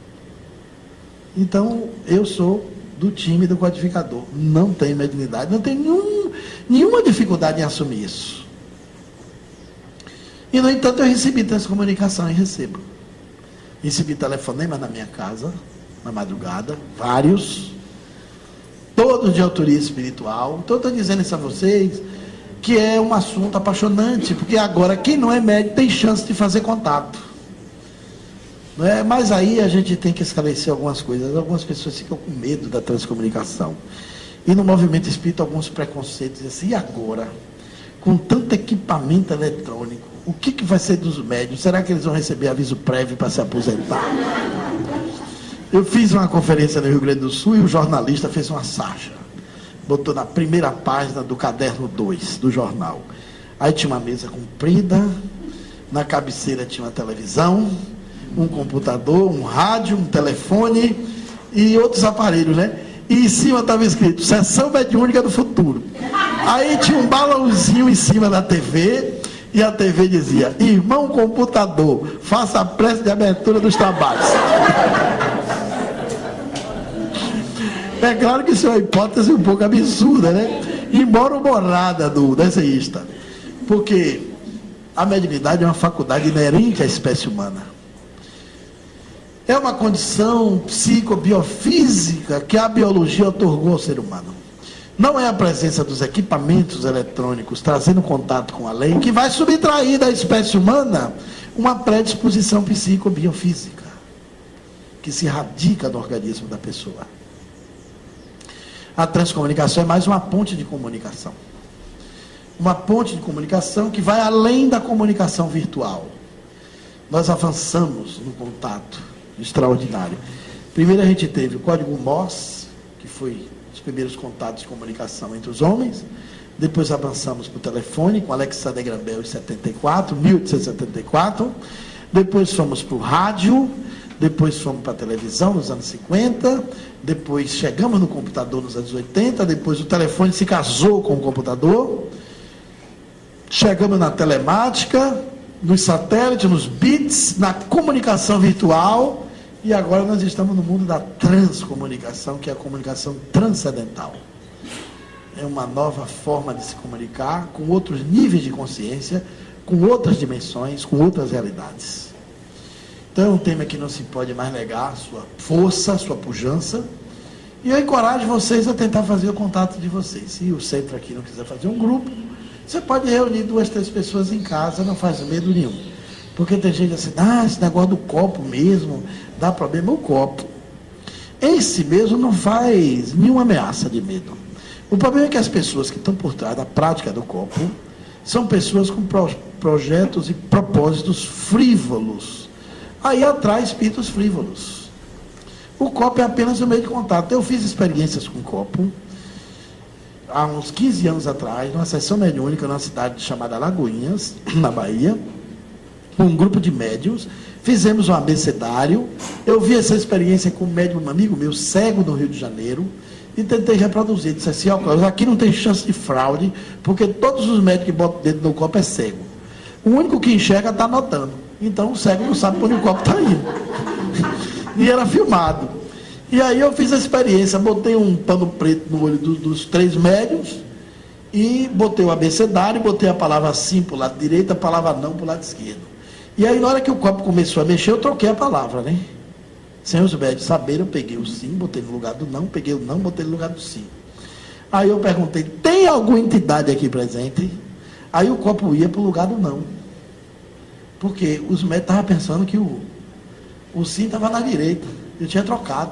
Speaker 2: Então, eu sou do time do codificador. Não tenho mediunidade, não tenho nenhuma dificuldade em assumir isso. E, no entanto, eu recebi transcomunicação e recebo. Recebi telefonemas na minha casa, na madrugada, vários, todos de autoria espiritual. Então, estou dizendo isso a vocês, que é um assunto apaixonante, porque agora, quem não é médico tem chance de fazer contato. Não é? Mas aí a gente tem que esclarecer algumas coisas. Algumas pessoas ficam com medo da transcomunicação. E no movimento espírita, alguns preconceitos, assim, e agora? Com tanto equipamento eletrônico, o que vai ser dos médios? Será que eles vão receber aviso prévio para se aposentar? Eu fiz uma conferência no Rio Grande do Sul e o jornalista fez uma sarja. Botou na primeira página do caderno 2 do jornal. Aí tinha uma mesa comprida, na cabeceira tinha uma televisão, um computador, um rádio, um telefone e outros aparelhos, né? E em cima estava escrito, Sessão Mediúnica do Futuro. Aí tinha um balãozinho em cima da TV, e a TV dizia, irmão computador, faça a prece de abertura dos trabalhos. É claro que isso é uma hipótese um pouco absurda, né? Embora humorada do desenhista. Porque a mediunidade é uma faculdade inerente à espécie humana. É uma condição psicobiofísica que a biologia otorgou ao ser humano. Não é a presença dos equipamentos eletrônicos trazendo contato com a lei que vai subtrair da espécie humana uma predisposição psicobiofísica que se radica no organismo da pessoa. A transcomunicação é mais uma ponte de comunicação. Uma ponte de comunicação que vai além da comunicação virtual. Nós avançamos no contato extraordinário. Primeiro a gente teve o código Morse, que foi os primeiros contatos de comunicação entre os homens. Depois avançamos para o telefone com Alexander Graham Bell em 1874. Depois fomos para o rádio. Depois fomos para a televisão nos anos 50. Depois chegamos no computador nos anos 80. Depois o telefone se casou com o computador. Chegamos na telemática, nos satélites, nos bits, na comunicação virtual. E agora nós estamos no mundo da transcomunicação, que é a comunicação transcendental. É uma nova forma de se comunicar com outros níveis de consciência, com outras dimensões, com outras realidades. Então é um tema que não se pode mais negar sua força, sua pujança. E eu encorajo vocês a tentar fazer o contato de vocês. Se o centro aqui não quiser fazer um grupo, você pode reunir 2, 3 pessoas em casa, não faz medo nenhum. Porque tem gente assim, esse negócio do copo mesmo, dá problema. O copo, em si mesmo, não faz nenhuma ameaça de medo. O problema é que as pessoas que estão por trás da prática do copo são pessoas com projetos e propósitos frívolos. Aí atrai espíritos frívolos. O copo é apenas um meio de contato. Eu fiz experiências com copo há uns 15 anos atrás, numa sessão mediúnica numa cidade chamada Lagoinhas, na Bahia, com um grupo de médiuns. Fizemos um abecedário. Eu vi essa experiência com um médium, um amigo meu, cego no Rio de Janeiro, e tentei reproduzir. Disse assim, aqui não tem chance de fraude, porque todos os médicos que botam o dedo no copo é cego. O único que enxerga está anotando. Então o cego não sabe por onde o copo está indo. E era filmado. E aí eu fiz a experiência, botei um pano preto no olho dos 3 médiuns e botei o abecedário, botei a palavra sim para o lado direito, a palavra não para o lado esquerdo. E aí, na hora que o copo começou a mexer, eu troquei a palavra, né? Sem os médicos saberem, eu peguei o sim, botei no lugar do não, peguei o não, botei no lugar do sim. Aí eu perguntei, tem alguma entidade aqui presente? Aí o copo ia para o lugar do não. Porque os médicos estavam pensando que o sim estava na direita. Eu tinha trocado.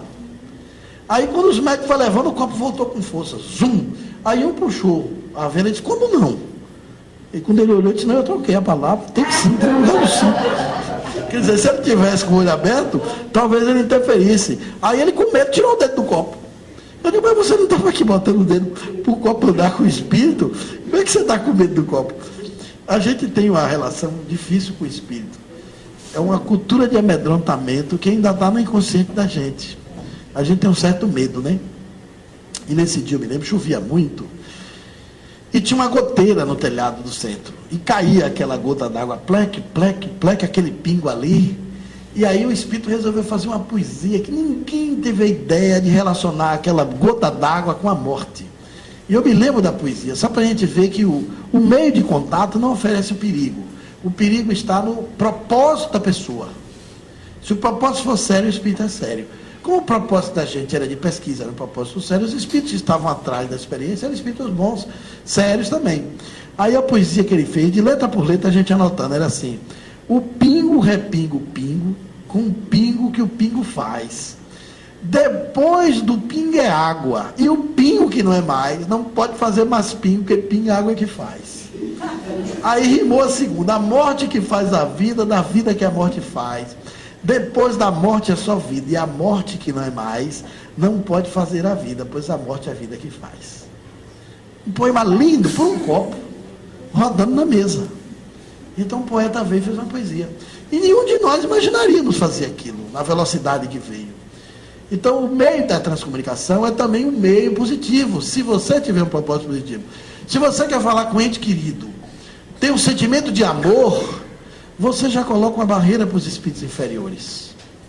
Speaker 2: Aí quando os médicos foram levando, o copo voltou com força. Zum! Aí um puxou a venda e disse, como não? E quando ele olhou, eu disse, não, eu troquei a palavra. Tem sim, tem no lugar do sim. Quer dizer, se ele tivesse com o olho aberto, talvez ele interferisse. Aí ele com medo tirou o dedo do copo. Eu digo, mas você não estava aqui botando o dedo para o copo andar com o espírito? Como é que você está com medo do copo? A gente tem uma relação difícil com o espírito. É uma cultura de amedrontamento que ainda está no inconsciente da gente. A gente tem um certo medo, né? E nesse dia, eu me lembro, chovia muito. E tinha uma goteira no telhado do centro. E caía aquela gota d'água, pleque, pleque, pleque, aquele pingo ali. E aí o espírito resolveu fazer uma poesia que ninguém teve a ideia de relacionar aquela gota d'água com a morte. E eu me lembro da poesia, só para a gente ver que o meio de contato não oferece o perigo. O perigo está no propósito da pessoa. Se o propósito for sério, o espírito é sério. Como o propósito da gente era de pesquisa, era um propósito sério, os espíritos que estavam atrás da experiência eram espíritos bons, sérios também. Aí a poesia que ele fez, de letra por letra, a gente anotando, era assim: o pingo repinga o pingo, com o pingo que o pingo faz. Depois do pingo é água, e o pingo que não é mais, não pode fazer mais pingo, porque pingo é água que faz. Aí rimou a segunda: a morte que faz a vida, da vida que a morte faz. Depois da morte é só vida, e a morte que não é mais, não pode fazer a vida, pois a morte é a vida que faz. Um poema lindo, por um copo, rodando na mesa. Então o poeta veio e fez uma poesia. E nenhum de nós imaginaríamos fazer aquilo, na velocidade que veio. Então o meio da transcomunicação é também um meio positivo, se você tiver um propósito positivo. Se você quer falar com um ente querido, tem um sentimento de amor, você já coloca uma barreira para os espíritos inferiores.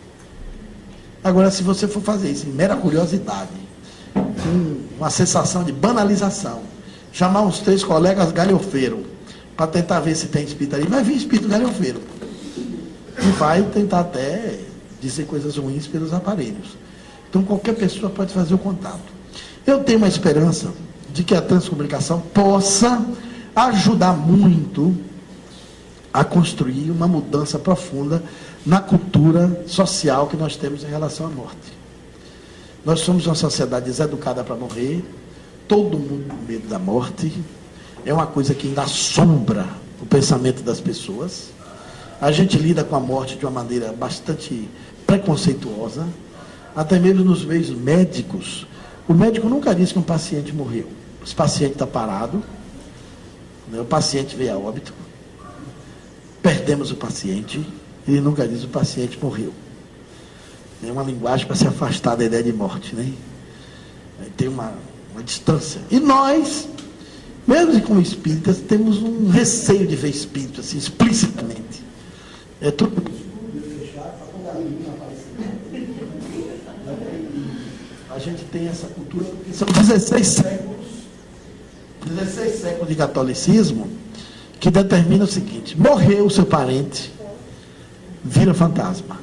Speaker 2: Agora, se você for fazer isso em mera curiosidade, com uma sensação de banalização, chamar uns 3 colegas galhofeiros, para tentar ver se tem espírito ali, vai vir espírito galhofeiro. E vai tentar até dizer coisas ruins pelos aparelhos. Então, qualquer pessoa pode fazer o contato. Eu tenho uma esperança de que a transcomunicação possa ajudar muito a construir uma mudança profunda na cultura social que nós temos em relação à morte. Nós somos uma sociedade deseducada para morrer, todo mundo com medo da morte, é uma coisa que ainda assombra o pensamento das pessoas. A gente lida com a morte de uma maneira bastante preconceituosa, até mesmo nos meios médicos. O médico nunca diz que um paciente morreu. O paciente está parado, né? O paciente veio a óbito, perdemos o paciente, ele nunca diz o paciente morreu. É uma linguagem para se afastar da ideia de morte, né? Tem uma distância. E nós, mesmo como espíritas, temos um receio de ver espírito assim, explicitamente. É tudo. A gente tem essa cultura, porque são 16 séculos de catolicismo, que determina o seguinte: morreu o seu parente, vira fantasma.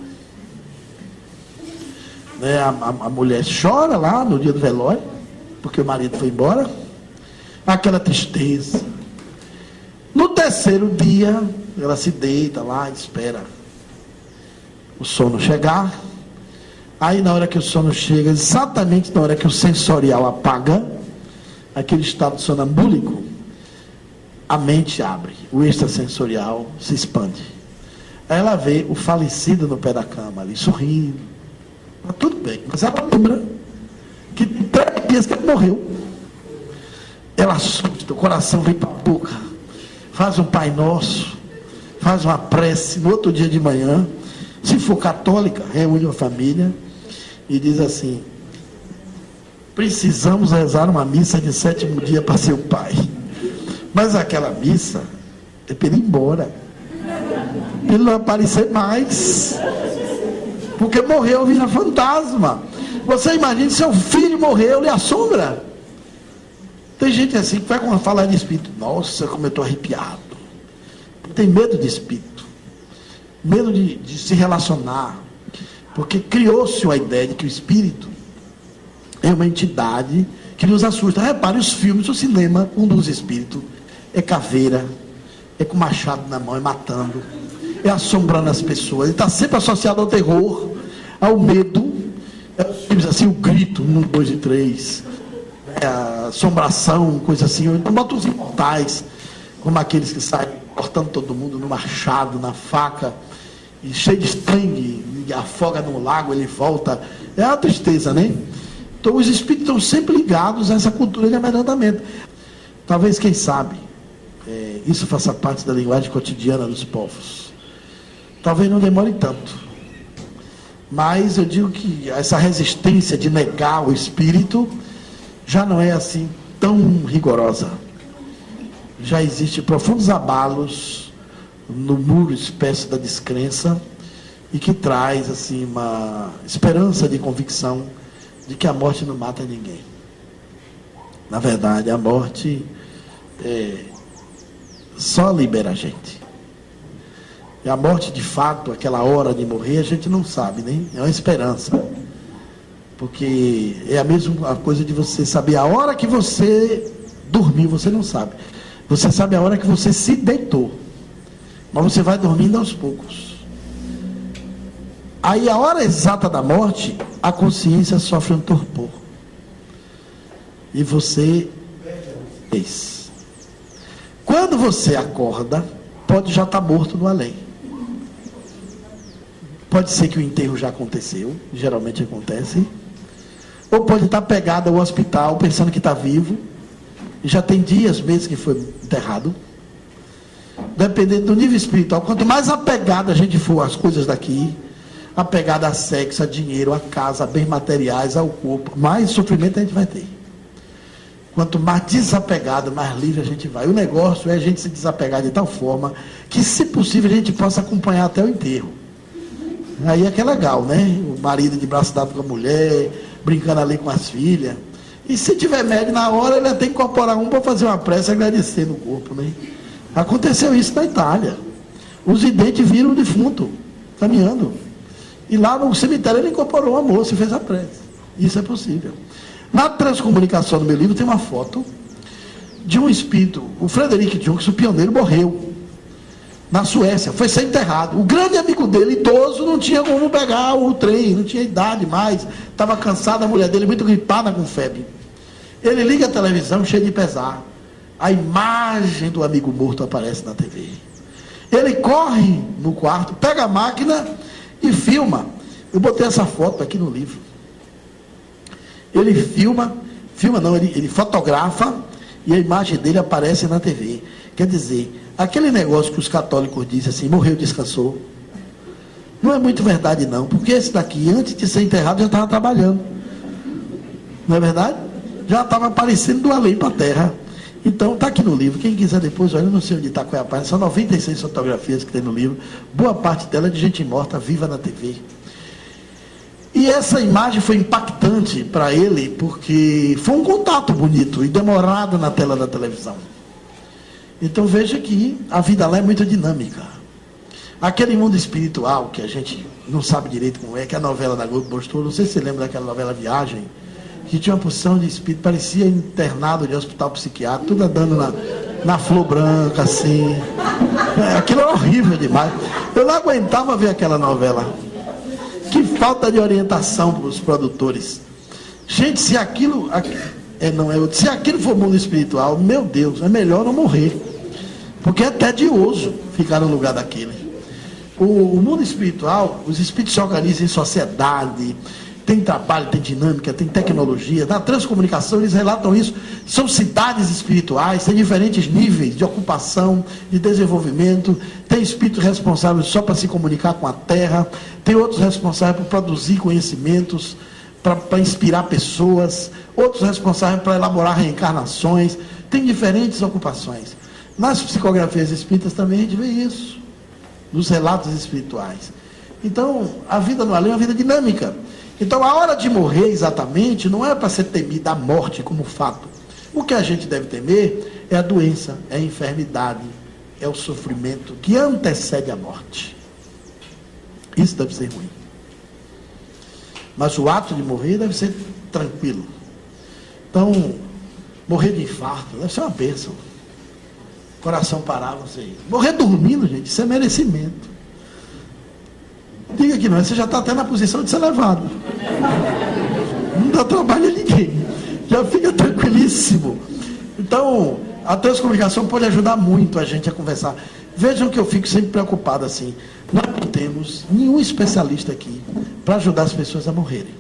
Speaker 2: Né? A mulher chora lá no dia do velório, porque o marido foi embora, aquela tristeza. No terceiro dia, ela se deita lá e espera o sono chegar. Aí na hora que o sono chega, exatamente na hora que o sensorial apaga, aquele estado sonambúlico, a mente abre, o extrasensorial se expande. Aí ela vê o falecido no pé da cama ali, sorrindo. Mas tudo bem, mas ela lembra que tem 3 dias que ele morreu. Ela assusta, o coração vem para a boca, faz um Pai Nosso, faz uma prece no outro dia de manhã. Se for católica, reúne a família e diz assim: precisamos rezar uma missa de 7º dia para seu pai. Mas aquela missa é para ele ir embora, para ele não aparecer mais, porque morreu, vira fantasma. Você imagina, seu filho morreu, lhe assombra. Tem gente assim que vai falar de espírito. Nossa, como eu estou arrepiado. Tem medo de espírito. Medo de se relacionar. Porque criou-se a ideia de que o espírito é uma entidade que nos assusta. Repare, os filmes, o cinema, dos espíritos é caveira, é com machado na mão, é matando, é assombrando as pessoas. Ele está sempre associado ao terror, ao medo. É os filmes assim, o grito, 1, 2 e 3. A assombração, coisa assim. Então bota os imortais, como aqueles que saem cortando todo mundo no machado, na faca, e cheio de sangue, e afoga no lago, ele volta. É a tristeza, né? Então os espíritos estão sempre ligados a essa cultura de amedrontamento. Talvez, quem sabe, isso faça parte da linguagem cotidiana dos povos. Talvez não demore tanto. Mas eu digo que essa resistência de negar o espírito já não é assim tão rigorosa. Já existem profundos abalos no muro espécie da descrença e que traz assim uma esperança de convicção de que a morte não mata ninguém. Na verdade, a morte só libera a gente. E a morte, de fato, aquela hora de morrer, a gente não sabe, né? É uma esperança. Porque é a mesma coisa de você saber a hora que você dormiu, você não sabe. Você sabe a hora que você se deitou. Mas você vai dormindo aos poucos. Aí, a hora exata da morte, a consciência sofre um torpor. E você fez. Quando você acorda, pode já estar morto no além. Pode ser que o enterro já aconteceu, geralmente acontece. Ou pode estar pegado ao hospital, pensando que está vivo, e já tem dias, meses que foi enterrado. Dependendo do nível espiritual, quanto mais apegado a gente for às coisas daqui, apegado a sexo, a dinheiro, a casa, a bens materiais, ao corpo, mais sofrimento a gente vai ter. Quanto mais desapegado, mais livre a gente vai. O negócio é a gente se desapegar de tal forma que, se possível, a gente possa acompanhar até o enterro. Aí é que é legal, né? O marido de braço dado com a mulher, brincando ali com as filhas. E se tiver médico na hora, ele tem que incorporar um para fazer uma prece e agradecer no corpo, né? Aconteceu isso na Itália. Os videntes viram o defunto caminhando. E lá no cemitério ele incorporou a moça e fez a prece. Isso é possível. Na transcomunicação do meu livro tem uma foto de um espírito. O Frederick Junks, o pioneiro, morreu na Suécia, foi ser enterrado. O grande amigo dele, idoso, não tinha como pegar o trem, não tinha idade mais, estava cansado, a mulher dele muito gripada com febre. Ele liga a televisão cheio de pesar. A imagem do amigo morto aparece na TV. Ele corre no quarto, pega a máquina e filma. Eu botei essa foto aqui no livro. Ele ele fotografa e a imagem dele aparece na TV. Quer dizer, aquele negócio que os católicos dizem assim, morreu, descansou, não é muito verdade não, porque esse daqui, antes de ser enterrado, já estava trabalhando. Não é verdade? Já estava aparecendo do além para a terra. Então, está aqui no livro. Quem quiser depois, olha, eu não sei onde está, qual é a página. São 96 fotografias que tem no livro. Boa parte dela é de gente morta, viva na TV. E essa imagem foi impactante para ele, porque foi um contato bonito e demorado na tela da televisão. Então, veja que a vida lá é muito dinâmica. Aquele mundo espiritual, que a gente não sabe direito como é, que a novela da Globo mostrou, não sei se você lembra daquela novela Viagem, que tinha uma porção de espírito, parecia internado de hospital psiquiátrico, tudo andando na flor branca, assim. Aquilo era horrível demais. Eu não aguentava ver aquela novela. Que falta de orientação para os produtores. Gente, se aquilo se aquilo for mundo espiritual, meu Deus, é melhor não morrer. Porque é tedioso ficar no lugar daquele. O mundo espiritual, os espíritos se organizam em sociedade, tem trabalho, tem dinâmica, tem tecnologia. Na transcomunicação eles relatam isso. São cidades espirituais, tem diferentes níveis de ocupação, de desenvolvimento. Tem espíritos responsáveis só para se comunicar com a Terra. Tem outros responsáveis por produzir conhecimentos, para inspirar pessoas. Outros responsáveis para elaborar reencarnações. Tem diferentes ocupações. Nas psicografias espíritas também a gente vê isso. Nos relatos espirituais. Então, a vida no além é uma vida dinâmica. Então, a hora de morrer, exatamente, não é para ser temida a morte como fato. O que a gente deve temer é a doença, é a enfermidade, é o sofrimento que antecede a morte. Isso deve ser ruim. Mas o ato de morrer deve ser tranquilo. Então, morrer de infarto deve ser uma bênção. Coração parar, você ir. Morrer dormindo, gente, isso é merecimento. Diga que não, você já está até na posição de ser levado. Não dá trabalho a ninguém. Já fica tranquilíssimo. Então, a transcomunicação pode ajudar muito a gente a conversar. Vejam que eu fico sempre preocupado assim. Nós não temos nenhum especialista aqui para ajudar as pessoas a morrerem.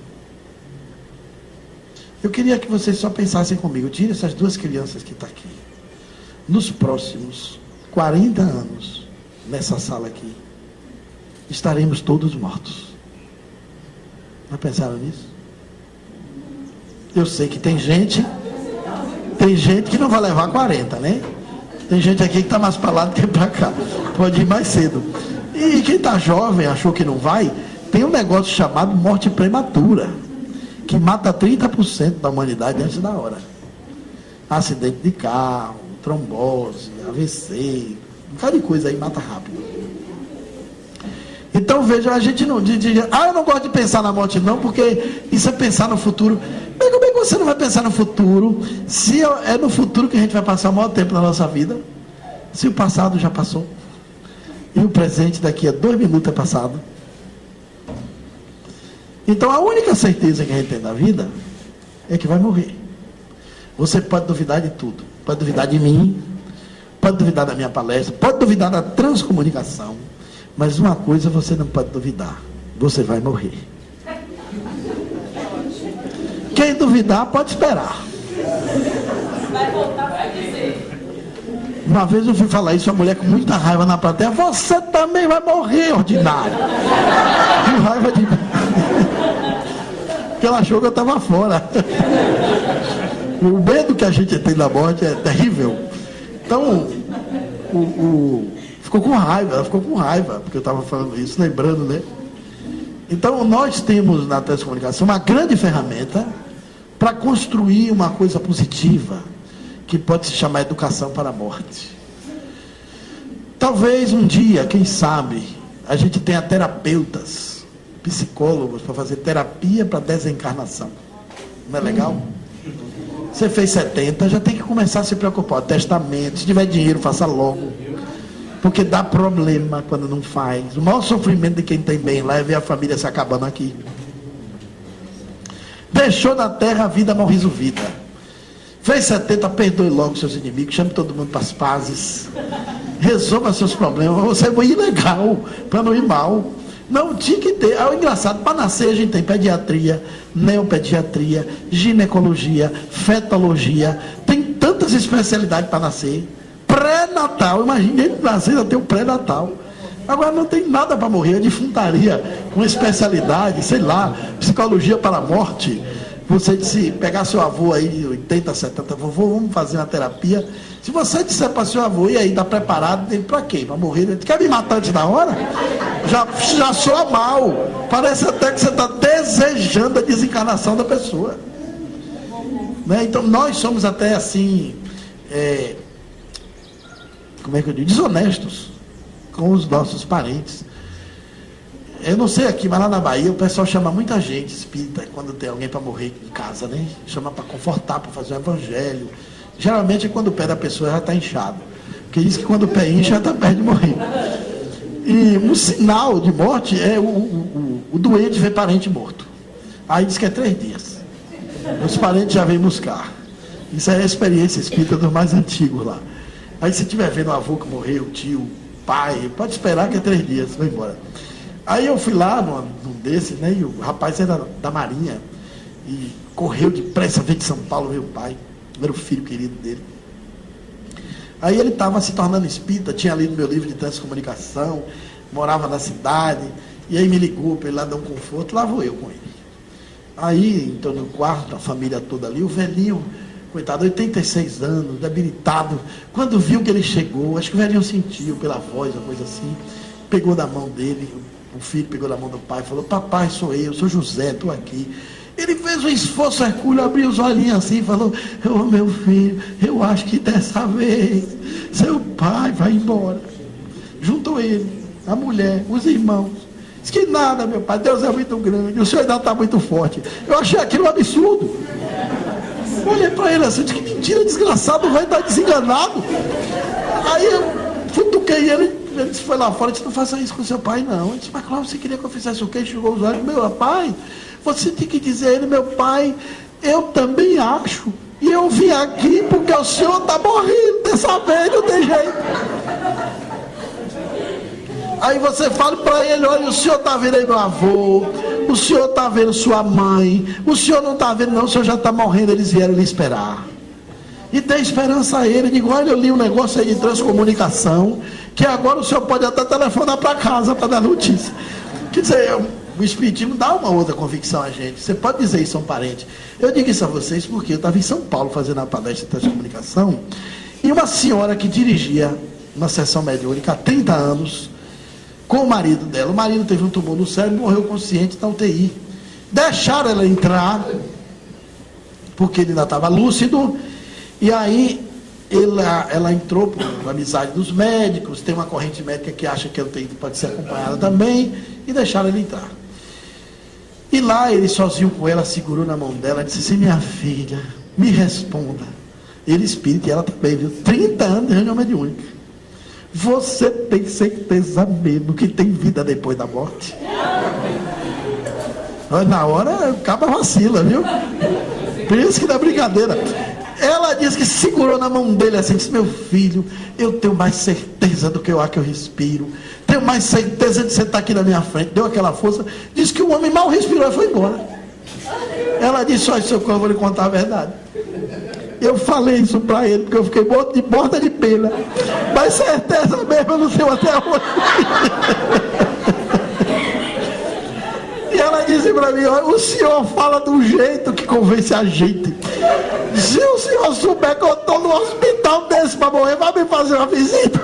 Speaker 2: Eu queria que vocês só pensassem comigo. Tire essas duas crianças que estão aqui. Nos próximos 40 anos, nessa sala aqui, estaremos todos mortos. Já pensaram nisso? Eu sei que tem gente que não vai levar 40, né? Tem gente aqui que está mais para lá do que para cá. Pode ir mais cedo. E quem está jovem, achou que não vai, tem um negócio chamado morte prematura, que mata 30% da humanidade antes da hora. Acidente de carro, trombose, AVC, um bocado de coisa aí mata rápido. Então veja, a gente não diz, eu não gosto de pensar na morte não, porque isso é pensar no futuro. Mas como é que você não vai pensar no futuro, se é no futuro que a gente vai passar o maior tempo da nossa vida, se o passado já passou, e o presente daqui a 2 minutos é passado. Então a única certeza que a gente tem da vida é que vai morrer. Você pode duvidar de tudo, pode duvidar de mim, pode duvidar da minha palestra, pode duvidar da transcomunicação, mas uma coisa você não pode duvidar: você vai morrer. Quem duvidar pode esperar.
Speaker 6: Vai voltar para dizer.
Speaker 2: Uma vez eu fui falar isso, a mulher com muita raiva na plateia: você também vai morrer, ordinário. Com raiva de mim. Porque ela achou que eu estava fora. O medo que a gente tem da morte é terrível. Então, ficou com raiva, ela ficou com raiva, porque eu estava falando isso, lembrando, né? Então, nós temos na transcomunicação uma grande ferramenta para construir uma coisa positiva, que pode se chamar educação para a morte. Talvez um dia, quem sabe, a gente tenha terapeutas, psicólogos, para fazer terapia para desencarnação. Não é legal? Você fez 70, já tem que começar a se preocupar. Testamento, se tiver dinheiro, faça logo. Porque dá problema quando não faz. O maior sofrimento de quem tem bem lá é ver a família se acabando aqui. Deixou na terra a vida mal resolvida. Fez 70, perdoe logo seus inimigos, chame todo mundo para as pazes. Resolva seus problemas. Você é muito legal para não ir mal. Não, tinha que ter. É o engraçado, para nascer a gente tem pediatria, neopediatria, ginecologia, fetologia. Tem tantas especialidades para nascer. Pré-natal, imagina, ele nascer já tem o pré-natal. Agora não tem nada para morrer, é defuntaria, com especialidade, sei lá, psicologia para a morte. Você disse, pegar seu avô aí de 80, 70, vovô, vamos fazer uma terapia. Se você disser para seu avô, e aí, está preparado, ele para quê? Para morrer? Ele quer me matar antes da hora? Já soa mal. Parece até que você está desejando a desencarnação da pessoa. Né? Então, nós somos até assim, como é que eu digo? Desonestos com os nossos parentes. Eu não sei aqui, mas lá na Bahia o pessoal chama muita gente espírita quando tem alguém para morrer em casa, né? Chama para confortar, para fazer um evangelho. Geralmente é quando o pé da pessoa já está inchado. Porque diz que quando o pé incha já está perto de morrer. E um sinal de morte é o doente ver parente morto. Aí diz que é 3 dias. Os parentes já vêm buscar. Isso é a experiência espírita dos mais antigos lá. Aí se estiver vendo o avô que morreu, o tio, o pai, pode esperar que é 3 dias, vai embora. Aí eu fui lá num desses, né? E o rapaz era da Marinha. E correu depressa, veio de São Paulo, meu pai. Era o filho querido dele. Aí ele estava se tornando espírita, tinha lido meu livro de transcomunicação, morava na cidade, e aí me ligou para ele lá dar um conforto, lá vou eu com ele. Aí, então no quarto, a família toda ali, o velhinho, coitado, 86 anos, debilitado, quando viu que ele chegou, acho que o velhinho sentiu pela voz, uma coisa assim, pegou da mão dele, o filho pegou da mão do pai, falou: papai, sou eu, sou José, estou aqui. Ele fez um esforço hercúleo, abriu os olhinhos assim e falou: meu filho, eu acho que dessa vez seu pai vai embora. Juntou ele, a mulher, os irmãos. Diz que nada, meu pai, Deus é muito grande, o senhor ainda está muito forte. Eu achei aquilo um absurdo. Olhei para ele assim, disse: que mentira, desgraçado, vai estar desenganado. Aí eu futuquei ele disse: foi lá fora, disse: não faça isso com seu pai não. Ele disse: mas claro, você queria que eu fizesse o quê? Enxugou os olhos: meu pai, você tem que dizer a ele: meu pai, eu também acho, e eu vim aqui porque o senhor está morrendo, dessa vez não tem jeito. Aí você fala para ele: olha, o senhor está vendo aí meu avô, o senhor está vendo sua mãe, o senhor não está vendo não, o senhor já está morrendo, eles vieram lhe esperar. E tem esperança a ele. Digo: olha, eu li um negócio aí de transcomunicação, que agora o senhor pode até telefonar para casa para dar notícia. Quer dizer, o Espiritismo dá uma outra convicção a gente. Você pode dizer isso a um parente. Eu digo isso a vocês porque eu estava em São Paulo fazendo a palestra de transcomunicação, e uma senhora que dirigia uma sessão mediúnica há 30 anos, com o marido dela. O marido teve um tumor no cérebro, morreu consciente na UTI. Deixaram ela entrar, porque ele ainda estava lúcido, e aí ela entrou por amizade dos médicos, tem uma corrente médica que acha que a UTI pode ser acompanhada também, e deixaram ele entrar. E lá ele sozinho com ela, segurou na mão dela, disse assim: minha filha, me responda. Ele espírita, e ela também, viu? 30 anos de reunião mediúnica. Você tem certeza mesmo que tem vida depois da morte? Na hora, o cabo vacila, viu? Por isso que dá brincadeira. Ela disse que segurou na mão dele assim, disse: meu filho, eu tenho mais certeza do que o ar que eu respiro, tenho mais certeza de você estar aqui na minha frente. Deu aquela força, disse que o homem mal respirou e foi embora. Ela disse: olha, seu corpo, eu vou lhe contar a verdade. Eu falei isso para ele, porque eu fiquei de borda de pena, mas certeza mesmo eu não sei até hoje. E ela disse para mim: olha, o senhor fala de um jeito que convence a gente. Se o senhor souber que eu estou no hospital desse para morrer, vai me fazer uma visita.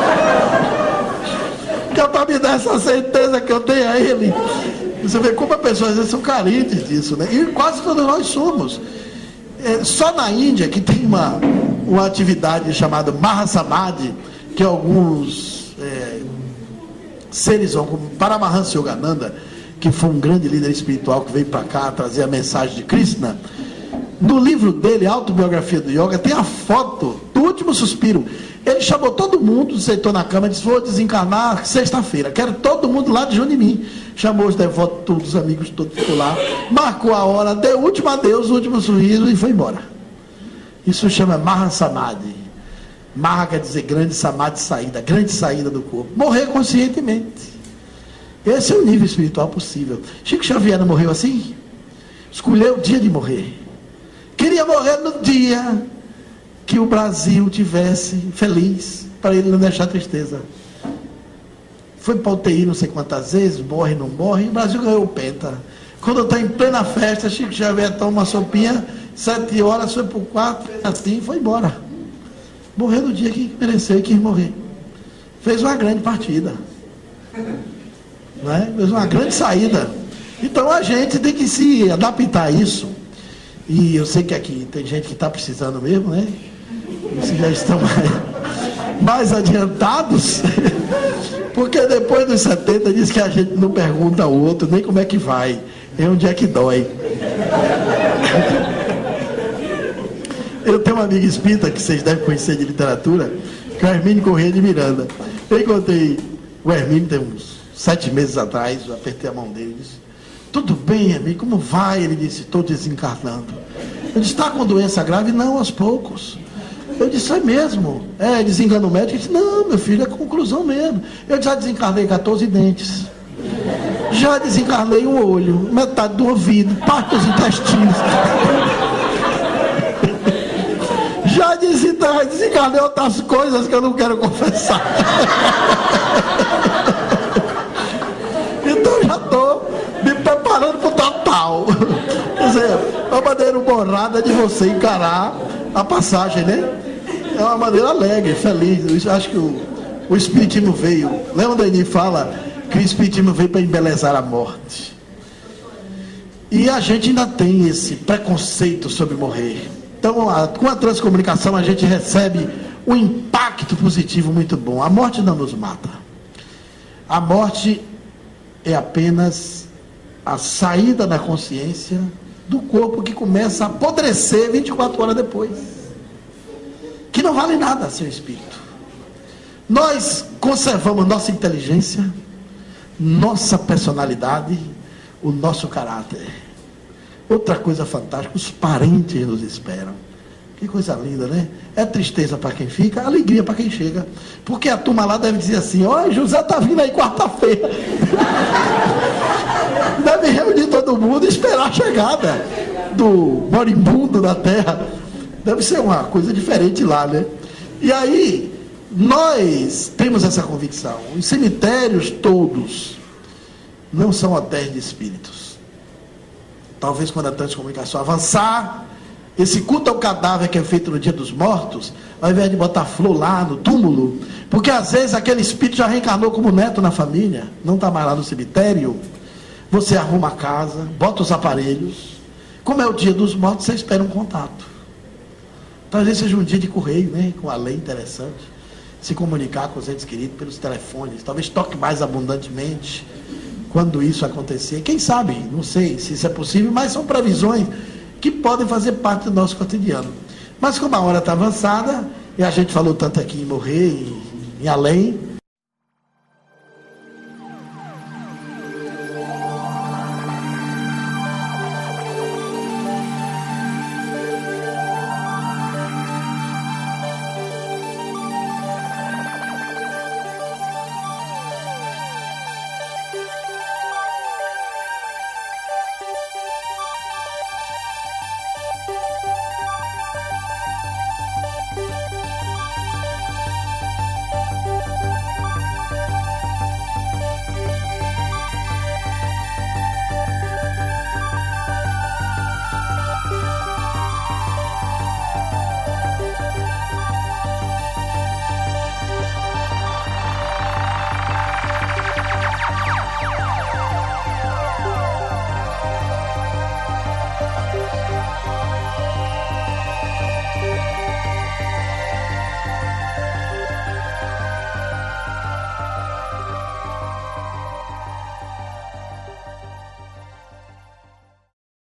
Speaker 2: Que é para me dar essa certeza que eu tenho a ele. Você vê como as pessoas às vezes são carentes disso, né? E quase todos nós somos. Só na Índia que tem uma atividade chamada Mahasamadhi, que alguns seres vão, como Paramahansa Yogananda, que foi um grande líder espiritual que veio para cá trazer a mensagem de Krishna. No livro dele, Autobiografia do Yoga, tem a foto do último suspiro. Ele chamou todo mundo, sentou na cama e disse: vou desencarnar sexta-feira, quero todo mundo lá de junho de mim. Chamou os devotos, todos os amigos, todos ficou lá, marcou a hora, deu o último adeus, o último sorriso e foi embora. Isso chama Mahasamadhi. Maha quer dizer grande, Samadhi, saída, grande saída do corpo. Morrer conscientemente. Esse é o nível espiritual possível. Chico Xavier não morreu assim? Escolheu o dia de morrer. Queria morrer no dia que o Brasil tivesse feliz, para ele não deixar tristeza. Foi para UTI não sei quantas vezes, morre, não morre, e o Brasil ganhou o penta. Quando está em plena festa, Chico Xavier toma uma sopinha, 7 horas, foi para o quarto, fez assim, foi embora. Morreu no dia que mereceu e quis morrer. Fez uma grande partida. Não é? Fez uma grande saída. Então a gente tem que se adaptar a isso. E eu sei que aqui tem gente que está precisando mesmo, né? Vocês já estão mais adiantados. Porque depois dos 70 diz que a gente não pergunta ao outro nem como é que vai, é onde é que dói. Eu tenho um amigo espírita que vocês devem conhecer de literatura, que é o Hermínio Corrêa de Miranda. Eu encontrei o Hermínio tem uns 7 meses atrás, eu apertei a mão dele e disse: tudo bem, Hermínio, como vai? Ele disse: estou desencarnando. Eu disse: está com doença grave? Não, aos poucos. Eu disse: é mesmo? Desengano médico? Ele disse: não, meu filho, é conclusão mesmo. Eu já desencarnei 14 dentes. Já desencarnei um olho, metade do ouvido, parte dos intestinos. Já desencarnei outras coisas que eu não quero confessar. Então já estou me preparando para o total. Quer dizer, é uma maneira borrada de você encarar a passagem, né? É uma maneira alegre, feliz. Eu acho que o Espiritismo veio. Leon Denis fala que o Espiritismo veio para embelezar a morte. E a gente ainda tem esse preconceito sobre morrer. Então, com a transcomunicação, a gente recebe um impacto positivo muito bom. A morte não nos mata. A morte é apenas a saída da consciência do corpo que começa a apodrecer 24 horas depois. Que não vale nada, seu espírito. Nós conservamos nossa inteligência, nossa personalidade, o nosso caráter. Outra coisa fantástica, os parentes nos esperam. Que coisa linda, né? É tristeza para quem fica, alegria para quem chega. Porque a turma lá deve dizer assim: ó, José está vindo aí quarta-feira. Deve reunir todo mundo e esperar a chegada do moribundo da terra. Deve ser uma coisa diferente lá, né? E aí, nós temos essa convicção. Os cemitérios todos não são hotéis de espíritos. Talvez quando a transcomunicação avançar, esse culto ao cadáver que é feito no dia dos mortos, ao invés de botar flor lá no túmulo, porque às vezes aquele espírito já reencarnou como neto na família, não está mais lá no cemitério, você arruma a casa, bota os aparelhos, como é o dia dos mortos, você espera um contato. Talvez seja um dia de correio, né, com a lei interessante, se comunicar com os entes queridos pelos telefones, talvez toque mais abundantemente, quando isso acontecer, quem sabe, não sei se isso é possível, mas são previsões que podem fazer parte do nosso cotidiano. Mas como a hora está avançada, e a gente falou tanto aqui em morrer, em além,